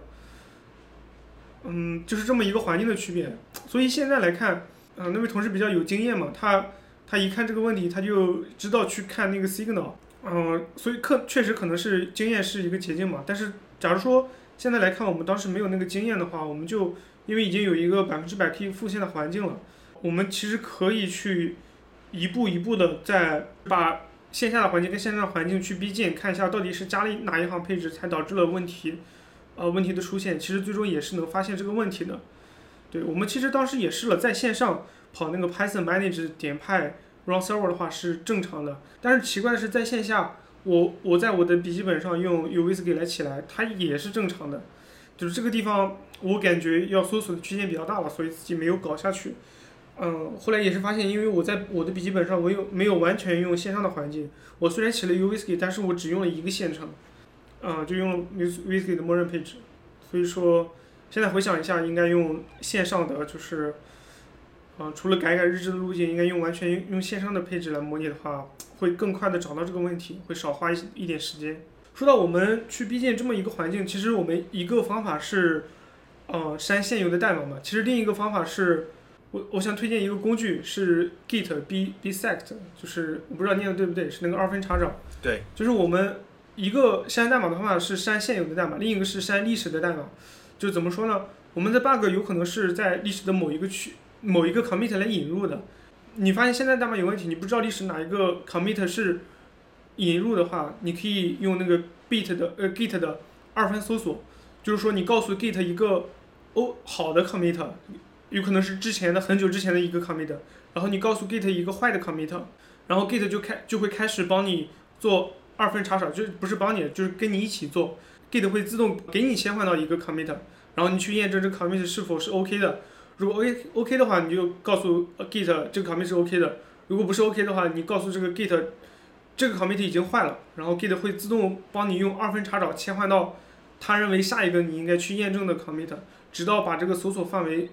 就是这么一个环境的区别。所以现在来看，那位同事比较有经验嘛，他一看这个问题，他就知道去看那个 signal，所以确实可能是经验是一个捷径嘛。但是假如说现在来看，我们当时没有那个经验的话，我们就因为已经有一个100%可以复现的环境了，我们其实可以去一步一步的再把线下的环境跟线上的环境去逼近，看一下到底是加了哪一行配置才导致了问题的出现。其实最终也是能发现这个问题的。对，我们其实当时也试了，在线上跑那个 Python Manage 点派 Run Server 的话是正常的，但是奇怪的是在线下，我在我的笔记本上用 Uwhisky 来起来，它也是正常的，就是这个地方我感觉要搜索的区间比较大了，所以自己没有搞下去。后来也是发现，因为我在我的笔记本上没有完全用线上的环境，我虽然起了 Uwhisky， 但是我只用了一个线程，就用了 Uwhisky 的默认配置，所以说。现在回想一下，应该用线上的，就是除了改日志的路径，应该完全用线上的配置来模拟的话，会更快的找到这个问题，会少花一点时间。说到我们去逼近这么一个环境，其实我们一个方法是删现有的代码嘛，其实另一个方法是我想推荐一个工具是 Git bisect， 就是我不知道念的对不对，是那个2分查找。 对， 就是我们一个删代码的方法是删现有的代码，另一个是删历史的代码。就怎么说呢？我们的 bug 有可能是在历史的某一个commit 来引入的。你发现现在代码有问题，你不知道历史哪一个 commit 是引入的话，你可以用那个 Git 的2分搜索，就是说你告诉 Git 一个好的 commit， 有可能是很久之前的一个 commit， 然后你告诉 Git 一个坏的 commit， 然后 Git 就会开始帮你做2分查找，就不是帮你，就是跟你一起做。Git 会自动给你切换到一个 commit， 然后你去验证这个 commit 是否是 OK 的。如果 OK 的话，你就告诉 Git 这个 commit 是 OK 的。如果不是 OK 的话，你告诉这个 Git 这个 commit 已经坏了，然后 Git 会自动帮你用2分查找切换到他认为下一个你应该去验证的 commit， 直到把这个搜索范围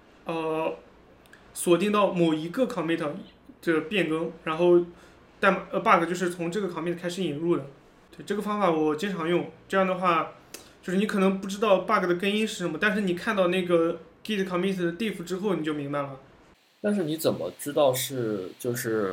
锁定到某一个 commit 的变更，然后bug 就是从这个 commit 开始引入的。对，这个方法我经常用，这样的话就是你可能不知道 bug 的根因是什么，但是你看到那个 git commit 的 diff 之后你就明白了。 但是你怎么知道就是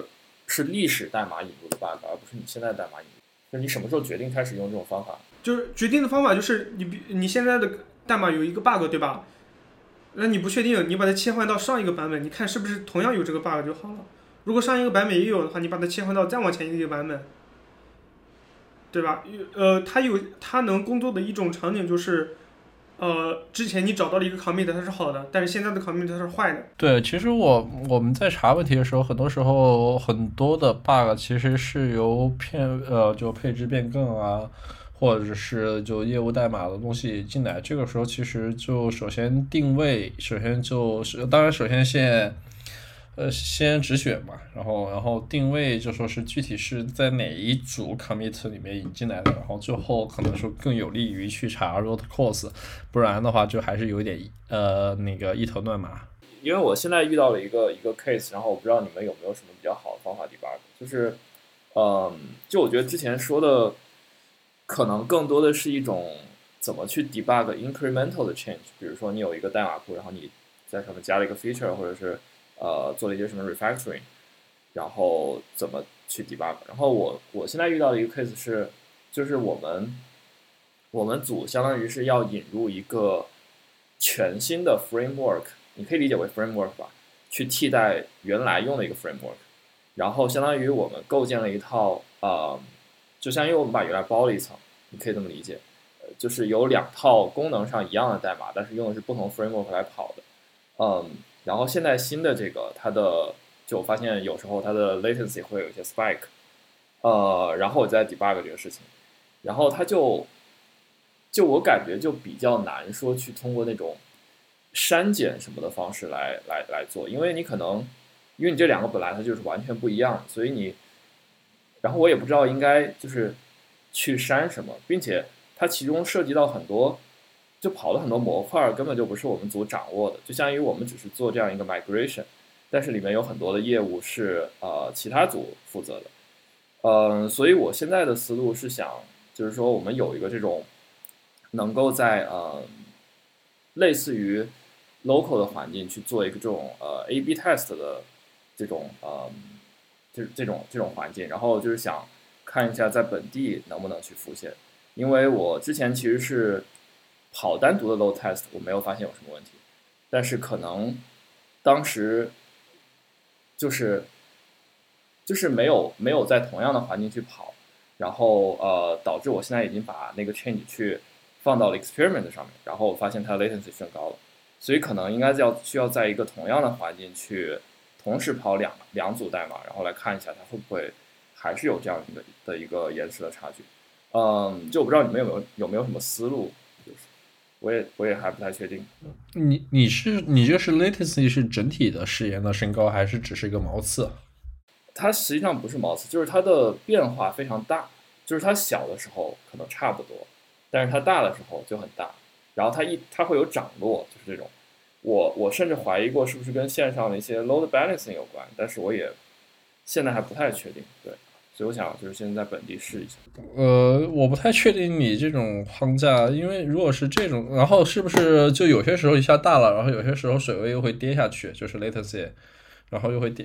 是历史代码引入的 bug， 而不是你现在代码引入。就是你什么时候决定开始用这种方法？ 就是决定的方法就是你现在的代码有一个 bug 对吧？那你不确定，你把它切换到上一个版本，你看是不是同样有这个 bug 就好了。如果上一个版本也有的话，你把它切换到再往前一个版本，对吧？它能工作的一种场景就是，之前你找到了一个 commit 它是好的，但是现在的 commit 它是坏的。 对，其实我们在查问题的时候，很多时候很多的 bug 其实是由就配置变更啊，或者是就业务代码的东西进来。这个时候其实就首先定位，首先就是当然首先先止血嘛，然后定位就说是具体是在哪一组 commit 里面引进来的，然后最后可能说更有利于去查 root cause， 不然的话就还是有点那个一头乱麻。 因为我现在遇到了一个 case， 然后我不知道你们有没有什么比较好的方法 debug， 就是就我觉得之前说的可能更多的是一种怎么去 debug incremental 的 change， 比如说你有一个代码库，然后你在上面加了一个 feature， 或者是做了一些什么 refactoring， 然后怎么去 debug。然后我现在遇到的一个 case 是，就是我们组相当于是要引入一个全新的 framework， 你可以理解为 framework 吧，去替代原来用的一个 framework。然后相当于我们构建了一套就相当于我们把原来包了一层，你可以这么理解，就是有2套功能上一样的代码，但是用的是不同 framework 来跑的。然后现在新的这个它的，就我发现有时候它的 latency 会有一些 spike， 然后我在 debug 这个事情，然后它就我感觉就比较难说去通过那种删减什么的方式来做，因为你这2个本来它就是完全不一样，所以然后我也不知道应该就是去删什么，并且它其中涉及到很多。就跑了很多模块，根本就不是我们组掌握的，就相当于我们只是做这样一个 migration， 但是里面有很多的业务是其他组负责的。所以我现在的思路是想，就是说我们有一个这种能够在类似于 local 的环境去做一个这种A/B test 的这种这种环境，然后就是想看一下在本地能不能去复现，因为我之前其实是跑单独的 load test， 我没有发现有什么问题，但是可能当时就是没有在同样的环境去跑，然后导致我现在已经把那个 change 去放到了 experiment 上面，然后我发现它的 latency 升高了，所以可能应该需要在一个同样的环境去同时跑两组代码，然后来看一下它会不会还是有这样的一个延迟的差距。就我不知道你们有没有什么思路，就是我也还不太确定。 你这是 latency 是整体的时延的升高，还是只是一个毛刺？ 它实际上不是毛刺，就是它的变化非常大，就是它小的时候可能差不多，但是它大的时候就很大，然后它会有涨落，就是这种。我甚至怀疑过是不是跟线上的一些 load balancing 有关，但是我也现在还不太确定。对，所以我想就是先在本地试一下。 我不太确定你这种框架，因为如果是这种，然后是不是就有些时候一下大了，然后有些时候水位又会跌下去，就是 latency， 然后又会跌。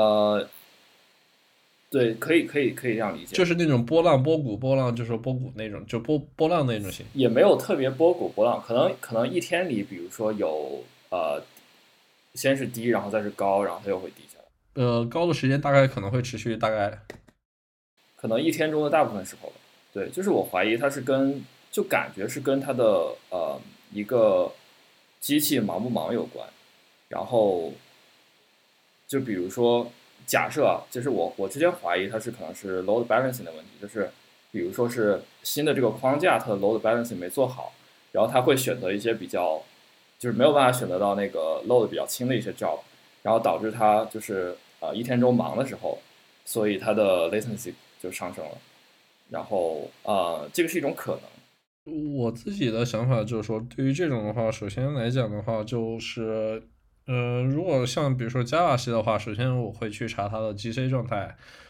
对，可以这样理解， 就是那种波浪波谷波浪，就是波谷那种，就波浪那种型， 也没有特别波谷波浪，可能一天里，比如说有先是低，然后再是高，然后它又会低下来。 高的时间大概可能会持续大概， 可能一天中的大部分时候吧。对，就是我怀疑它是就感觉是跟它的一个机器忙不忙有关，然后就比如说。假设啊，就是我之前怀疑它可能是 load balancing 的问题，就是比如说是新的这个框架它的 load balancing 没做好，然后它会选择一些比较就是没有办法选择到那个 load 比较轻的一些 job， 然后导致它就是一天中忙的时候，所以它的 latency 就上升了，然后这个是一种可能。 我自己的想法就是说，对于这种的话，首先来讲的话就是。如果像比如说 Java 系的话，首先我会去查它的 GC 状态，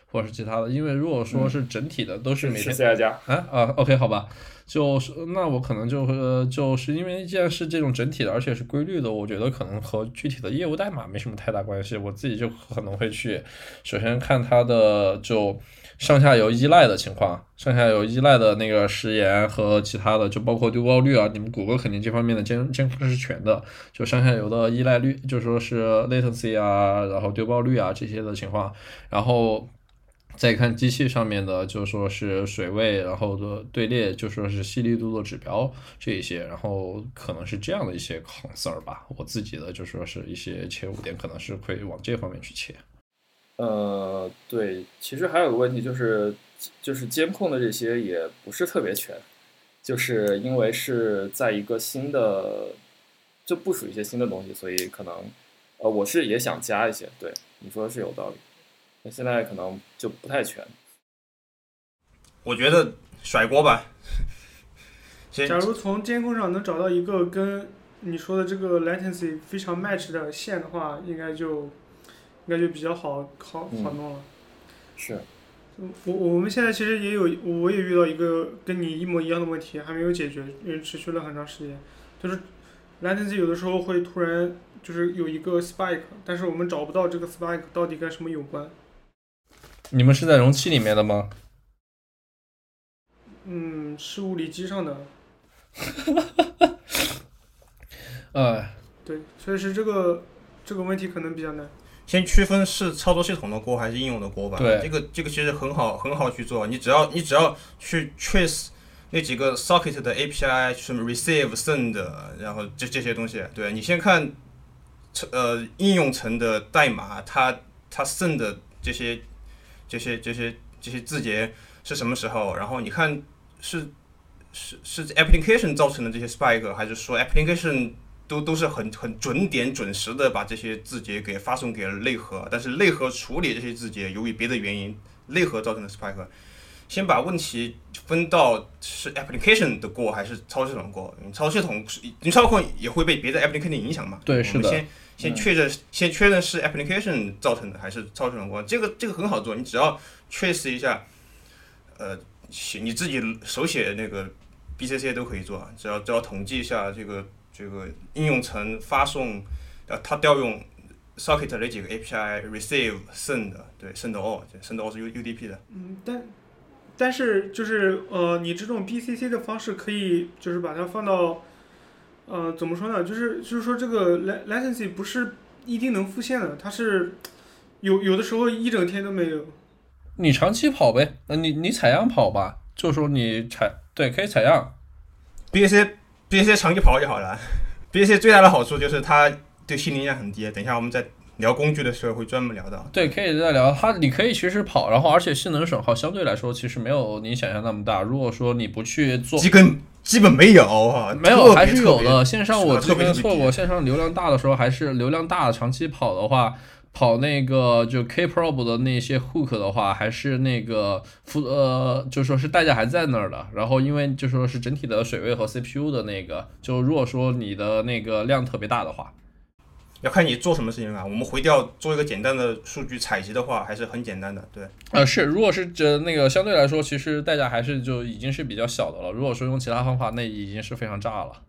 或者是其他的，因为如果说是整体的都是每天是 CI 加 OK 好吧，就是那我可能就是因为既然是这种整体的，而且是规律的，我觉得可能和具体的业务代码没什么太大关系，我自己就可能会去首先看它的就上下游依赖的情况，上下游依赖的那个时延和其他的，就包括丢包率啊，你们谷歌肯定这方面的监控是全的，就上下游的依赖率，就说是 latency 啊，然后丢包率啊这些的情况，然后再看机器上面的，就说是水位，然后的队列，就说是细粒度的指标这一些，然后可能是这样的一些 concern 吧。我自己的就说是一些切入点，可能是会往这方面去切。 对，其实还有个问题就是监控的这些也不是特别全，就是因为是在一个新的就部署一些新的东西，所以可能我是也想加一些。对，你说的是有道理。那现在可能就不太全。 我觉得甩锅吧。 假如从监控上能找到一个跟你说的这个 latency 非常 match 的线的话，应该就比较好弄了。 是。 我们现在其实我也遇到一个跟你一模一样的问题，还没有解决，因为持续了很长时间。就是 latency 有的时候会突然就是有一个 spike， 但是我们找不到这个 spike 到底跟什么有关。 你们是在容器里面的吗？ 是物理机上的。对，所以是这个问题可能比较难。 先区分是操作系统的锅还是应用的锅吧。 对， 这个其实很好去做。你只要去 trace 那几个 socket 的 API， 什么 receive send， 然后这些东西。对，你先看应用层的代码，它 send 的这些字节是什么时候，然后你看是 application 造成的这些 spike， 还是说 application 都是很准点准时的把这些字节给发送给了内核，但是内核处理这些字节由于别的原因，内核造成的 spike。先把问题分到是 application 的锅还是操作系统的锅，操作系统也会被别的 application 影响嘛？ 对，是的。 先确认是 application 造成的还是操作系统的锅，这个很好做，你只要 trace 一下，你自己手写那个 BCC 都可以做，只要统计一下这个应用层发送，它调用 socket 那几个 API receive send， 对 send all 是 UDP 的。 但是就是你这种 BCC 的方式可以就是把它放到怎么说呢？就是说这个 latency 不是一定能复现的，它是有的时候一整天都没有。 你长期跑呗，你采样跑吧，就说你对可以采样。 BCC 长期跑就好了。BCC 最大的好处就是它对心灵量很低，等一下我们在聊工具的时候会专门聊到。 对，可以再聊你可以其实跑，然后而且性能损耗相对来说其实没有你想象那么大。如果说你不去做， 基本没有哈， 没有还是有的。线上我之前错过，线上流量大的时候还是流量大的，长期跑的话，跑那个就 Kprobe 的那些 hook 的话，还是那个就说是代价还在那儿的。然后因为就说是整体的水位和 CPU 的那个，就如果说你的那个量特别大的话。 要看你做什么事情啊。我们回调做一个简单的数据采集的话，还是很简单的，对。 是，如果是那个相对来说，其实代价还是就已经是比较小的了。如果说用其他方法，那已经是非常炸了。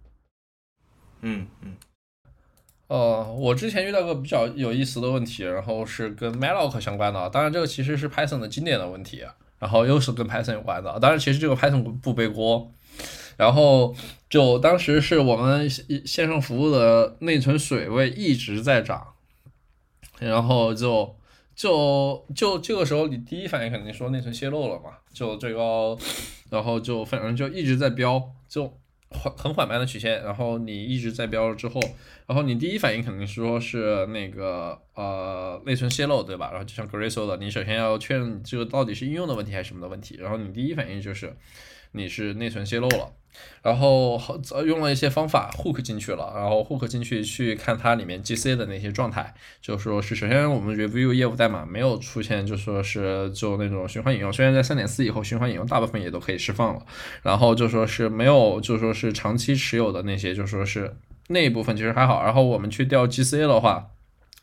我之前遇到个比较有意思的问题，然后是跟 malloc 相关的，当然这个其实是 Python 的经典的问题，然后又是跟 Python 有关的，当然其实这个 Python 不背锅。然后就当时是我们线上服务的内存水位一直在涨，然后就这个时候你第一反应肯定说内存泄漏了嘛，就最高，然后就反正就一直在飙，就很缓慢的曲线，然后你一直在飙了之后，然后你第一反应肯定是说是那个内存泄漏，对吧？然后就像 Gray 说的，你首先要确认这个到底是应用的问题还是什么的问题，然后你第一反应就是你是内存泄漏了，然后用了一些方法 hook 进去了，然后 hook 进去看它里面 GC 的那些状态，就说是首先我们 review 业务代码没有出现就说是就那种循环引用，虽然在 3.4 以后循环引用大部分也都可以释放了，然后就说是没有就说是长期持有的那些就说是那一部分其实还好，然后我们去调 GC 的话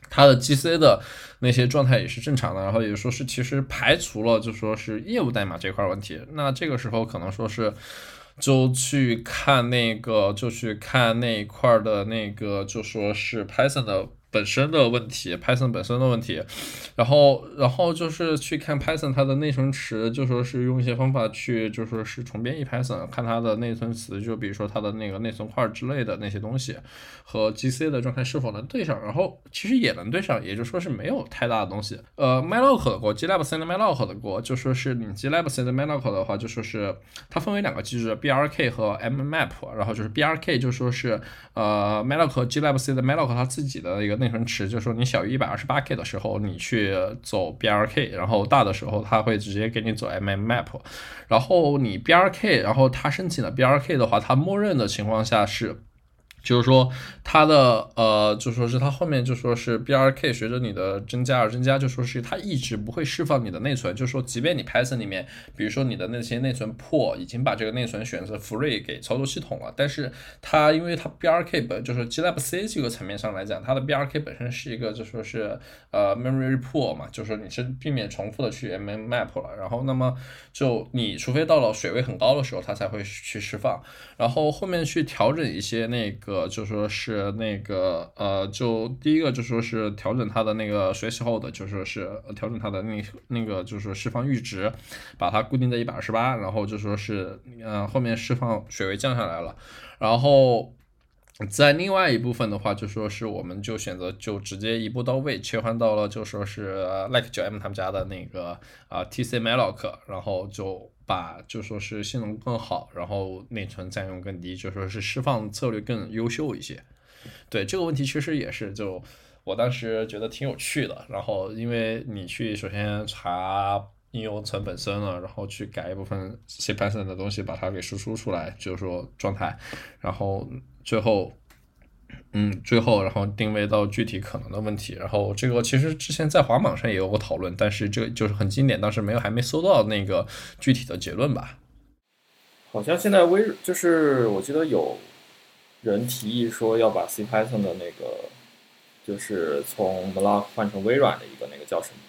它的 GC 的那些状态也是正常的，然后也说是其实排除了就说是业务代码这块问题，那这个时候可能说是就去看那一块的那个就说是 Python 的本身的问题，Python 本身的问题，然后就是去看 Python 它的内存池，就说是用一些方法去就说是重编译 Python， 看它的内存词，就比如说它的那个内存块之类的那些东西和 GC 的状态是否能对上，然后其实也能对上，也就说是没有太大的东西。malloc 的锅 GLab C 的 malloc 的锅，就说是你 GLab C 的 malloc 的话，就说是它分为两个机制 BRK 和 mmap， 然后就是 BRK 就说是malloc GLab C 的 malloc 它自己的一个内存池，就是说你小于 128K 的时候你去走 BRK， 然后大的时候它会直接给你走 mmap， 然后你 BRK 然后它申请的 BRK 的话，它默认的情况下是就是说它的就说是它后面就说是 BRK 随着你的增加而增加，就说是它一直不会释放你的内存，就说即便你 Python 里面比如说你的那些内存破已经把这个内存选择 free 给操作系统了，但是它因为它 BRK 本就是 GLab C 这个层面上来讲，它的 BRK 本身是一个就说是memory pool 嘛，就是说你是避免重复的去 mmap 了，然后那么就你除非到了水位很高的时候它才会去释放，然后后面去调整一些那个就说是那个就第一个就说是调整它的那个学习后的就说是调整它的那个就是释放阈值，把它固定在128，然后就说是后面释放水位降下来了，然后在另外一部分的话，就说是我们就选择就直接一步到位切换到了就说是 Like9M 他们家的那个TC malloc， 然后就把就说是性能更好，然后内存占用更低，就说是释放策略更优秀一些。对这个问题其实也是就我当时觉得挺有趣的，然后因为你去首先查应用层本身了，然后去改一部分 C Python 的东西，把它给输出出来，就是说状态，然后最后然后定位到具体可能的问题，然后这个其实之前在华网上也有过讨论，但是这个就是很经典，当时还没搜到那个具体的结论吧。 好像现在就是我记得有人提议说要把 CPython 的那个就是从 malloc 换成微软的一个那个叫什么，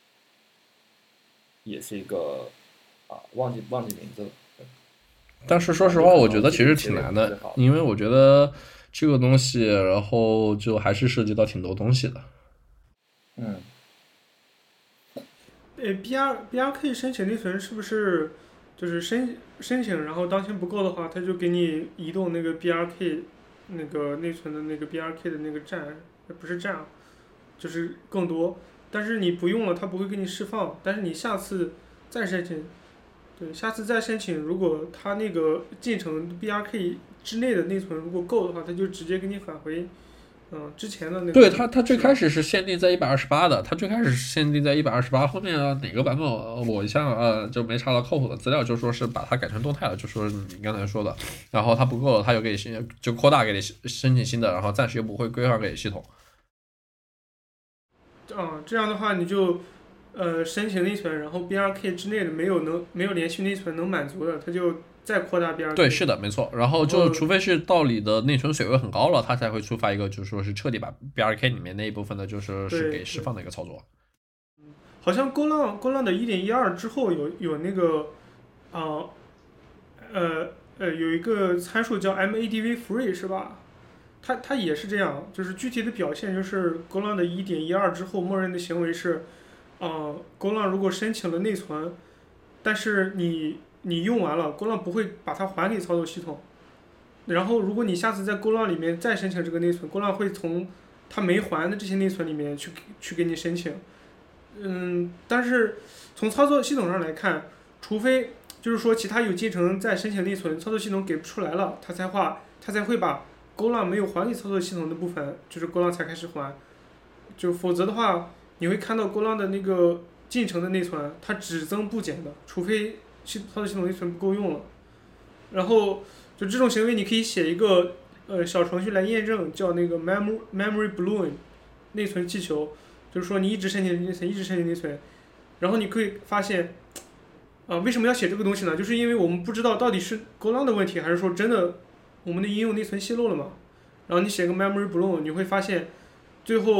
也是一个忘记名字了。 但是说实话，我觉得其实挺难的，因为我觉得这个东西，然后就还是涉及到挺多东西的。 BRK 申请内存是不是就是申请，然后当前不够的话，他就给你移动那个 BRK 那个内存的那个 BRK 的那个站，不是站，就是更多。但是你不用了，它不会给你释放。但是你下次再申请，下次再申请，如果它那个进程 BRK 之内的内存如果够的话，它就直接给你返回。之前的那个对它最开始是限定在128的，它最开始是限定在128，后面哪个版本我一下就没查到靠谱的资料，就说是把它改成动态了，就说你刚才说的，然后它不够了，它又给你就扩大给你申请新的，然后暂时又不会归还给系统。 这样的话你就申请内存，然后 BRK 之内的没有连续内存能满足的，它就再扩大 BRK。 对，是的，没错。然后就除非是到你的内存水位很高了，它才会触发一个就是说是彻底把 BRK 里面那一部分的就是给释放的一个操作。 好像Golang的 1.12 之后有那个有一个参数叫 MADV free 是吧？它也是这样，就是具体的表现就是 Golang 的 1.12 之后默认的行为是Golang 如果申请了内存，但是你用完了 Golang 不会把它还给操作系统，然后如果你下次在 Golang 里面再申请这个内存， Golang 会从它没还的这些内存里面去给你申请。但是从操作系统上来看，除非就是说其他有进程在申请内存，操作系统给不出来了，它才会把 Golang 没有还给操作系统的部分，就是 Golang 才开始还。就否则的话，你会看到 Golang 的那个进程的内存它只增不减的，除非操作系统内存不够用了。然后就这种行为你可以写一个小程序来验证，叫那个 memory balloon 内存气球，就是说你一直申请内存，一直申请内存，然后你可以发现为什么要写这个东西呢？就是因为我们不知道到底是 Golang 的问题，还是说真的我们的应用内存泄露了嘛。然后你写个 memory balloon， 你会发现最后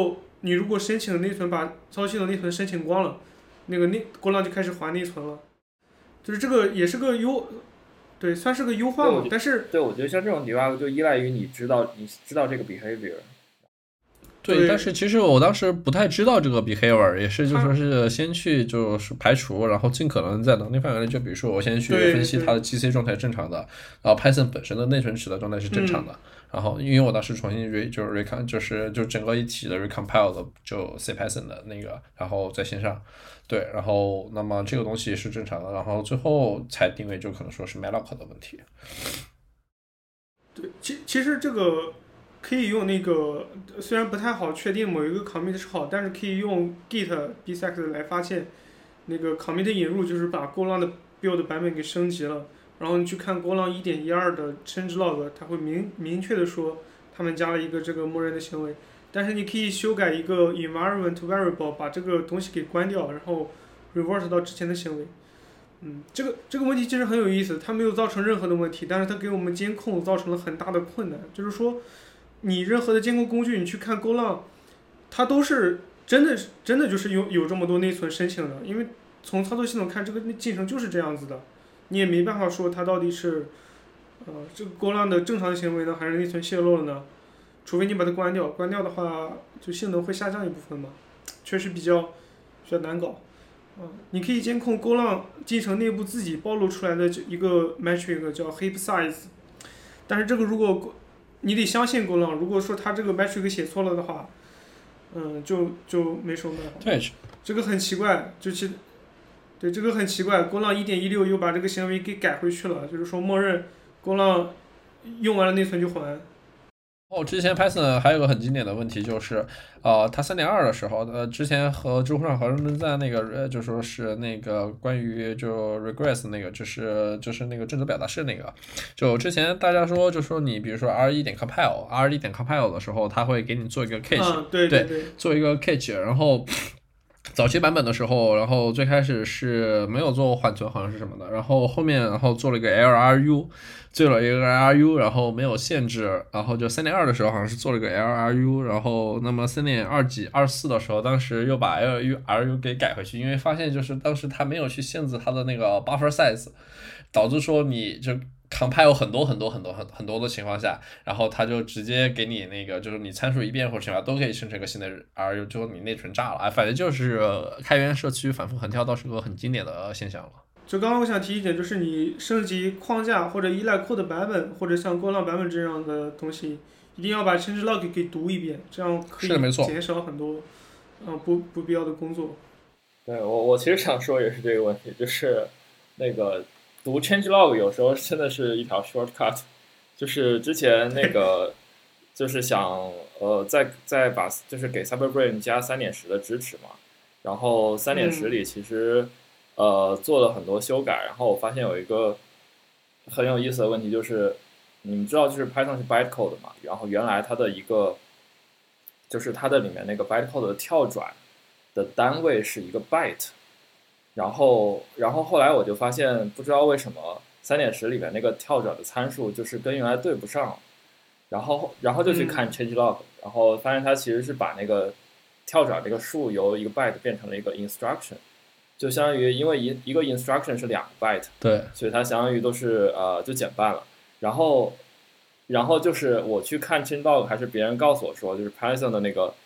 你如果申请的内存把操作系统内存申请光了，那个Golang就开始还内存了，就是这个也是个对，算是个优化嘛。但是对，我觉得像这种 debug 就依赖于你知道这个 behavior。 对，但是其实我当时不太知道这个 behavior， 也是就说是先去就是排除，然后尽可能在能力范围内，就比如说我先去分析它的 GC 状态正常的，然后 Python 本身的内存池的状态是正常的，然后因为我当时重新就整个一体的 recompile 的就 C Python 的那个，然后在线上，对，然后那么这个东西是正常的，然后最后才定位就可能说是 malloc 的问题。 对，其实这个。可以用那个，虽然不太好确定某一个 commit 是好，但是可以用 git bisect 来发现那个 commit 引入，就是把 Golang 的 build 版本给升级了。然后你去看 Golang 1.12的 changelog， 它会明确的说他们加了一个这个默认的行为。但是你可以修改一个 environment variable， 把这个东西给关掉，然后 revert 到之前的行为。这个问题其实很有意思，它没有造成任何的问题，但是它给我们监控造成了很大的困难，就是说。你任何的监控工具，你去看Golang，它都是真的就是有这么多内存申请的，因为从操作系统看，这个进程就是这样子的，你也没办法说它到底是，这个Golang的正常行为呢，还是内存泄露了呢？除非你把它关掉，关掉的话就性能会下降一部分嘛，确实比较难搞。你可以监控Golang进程内部自己暴露出来的一个 metric 叫 heap size， 但是这个如果你得相信Golang，如果说他这个 metric 写错了的话，就没什么办法。 对， 这个很奇怪，对，这个很奇怪。Golang 1.16又把这个行为给改回去了，就是说默认Golang用完了内存就还。 之前 Python 还有个很经典的问题就是，它 3.2 的时候，之前和知乎上好像在那个就说是那个关于就 regress 那个，就是那个正则表达式那个，就之前大家说就说你比如说 r1.compile 的时候，它会给你做一个 catch， 对， 做一个 catch， 然后。早期版本的时候，然后最开始是没有做缓存，好像是什么的，然后后面做了一个 LRU， 做了一个 LRU， 然后没有限制，然后就 3.2 的时候好像是做了一个 LRU， 然后那么3.2几24的时候，当时又把 LRU 给改回去，因为发现就是当时他没有去限制它的那个 buffer size， 导致说你就compile 很多的情况下，然后它就直接给你那个，就是你参数一变或者什么都可以生成一个新的 RU， 就你内存炸了，反正就是开源社区反复横跳倒是个很经典的现象了。 就刚刚我想提一点，就是你升级框架或者依赖 code 版本，或者像Golang版本这样的东西，一定要把 changelog 给读一遍，这样可以减少很多不必要的工作。 对，我其实想说也是这个问题，就是那个读 changelog 有时候真的是一条 shortcut， 就是之前那个就是想再把就是给 Cyberbrain 加 3.10 的支持嘛，然后 3.10 里其实做了很多修改，然后我发现有一个很有意思的问题，就是你们知道就是 Python 是 bytecode 嘛，然后原来它的一个就是它的里面那个 bytecode 的跳转的单位是一个 byte， 然后后来我就发现不知道为什么 3.10 里面那个跳转的参数就是跟原来对不上，然后就去看 changelog， 然后发现它其实是把那个跳转这个数由一个 byte 变成了一个 instruction， 就相当于因为一个 instruction 是2个 byte， 对， 所以它相当于都是就减半了。然后就是我去看 changelog， 还是别人告诉我说，就是 Python 的那个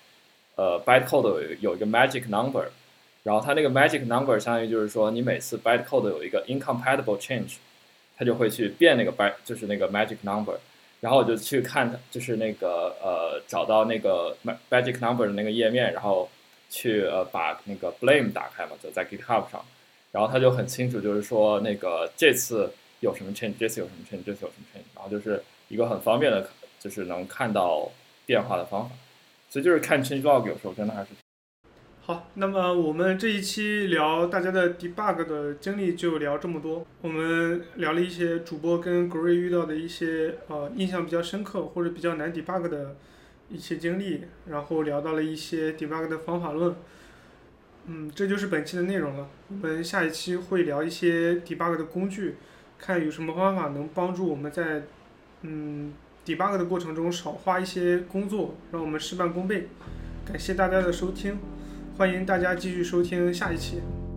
bytecode 有一个 magic number， 然后它那个 magic number 相当于就是说你每次 bytecode 有一个 incompatible change， 它就会去变那个就是那个 magic number。然后我就去看，就是那个找到那个 magic number 的那个页面，然后去把那个 blame 打开嘛，就在 GitHub 上，然后他就很清楚，就是说那个这次有什么 change， 这次有什么 change， 这次有什么 change， 然后就是一个很方便的，就是能看到变化的方法。所以就是看 changelog 有时候真的还是。 好，那么我们这一期聊大家的 debug 的经历就聊这么多。我们聊了一些主播跟 Gray 遇到的一些印象比较深刻或者比较难 debug 的一些经历，然后聊到了一些 debug 的方法论。这就是本期的内容了。我们下一期会聊一些 debug 的工具，看有什么方法能帮助我们在debug 的过程中少花一些工作，让我们事半功倍。 感谢大家的收听，欢迎大家继续收听下一期。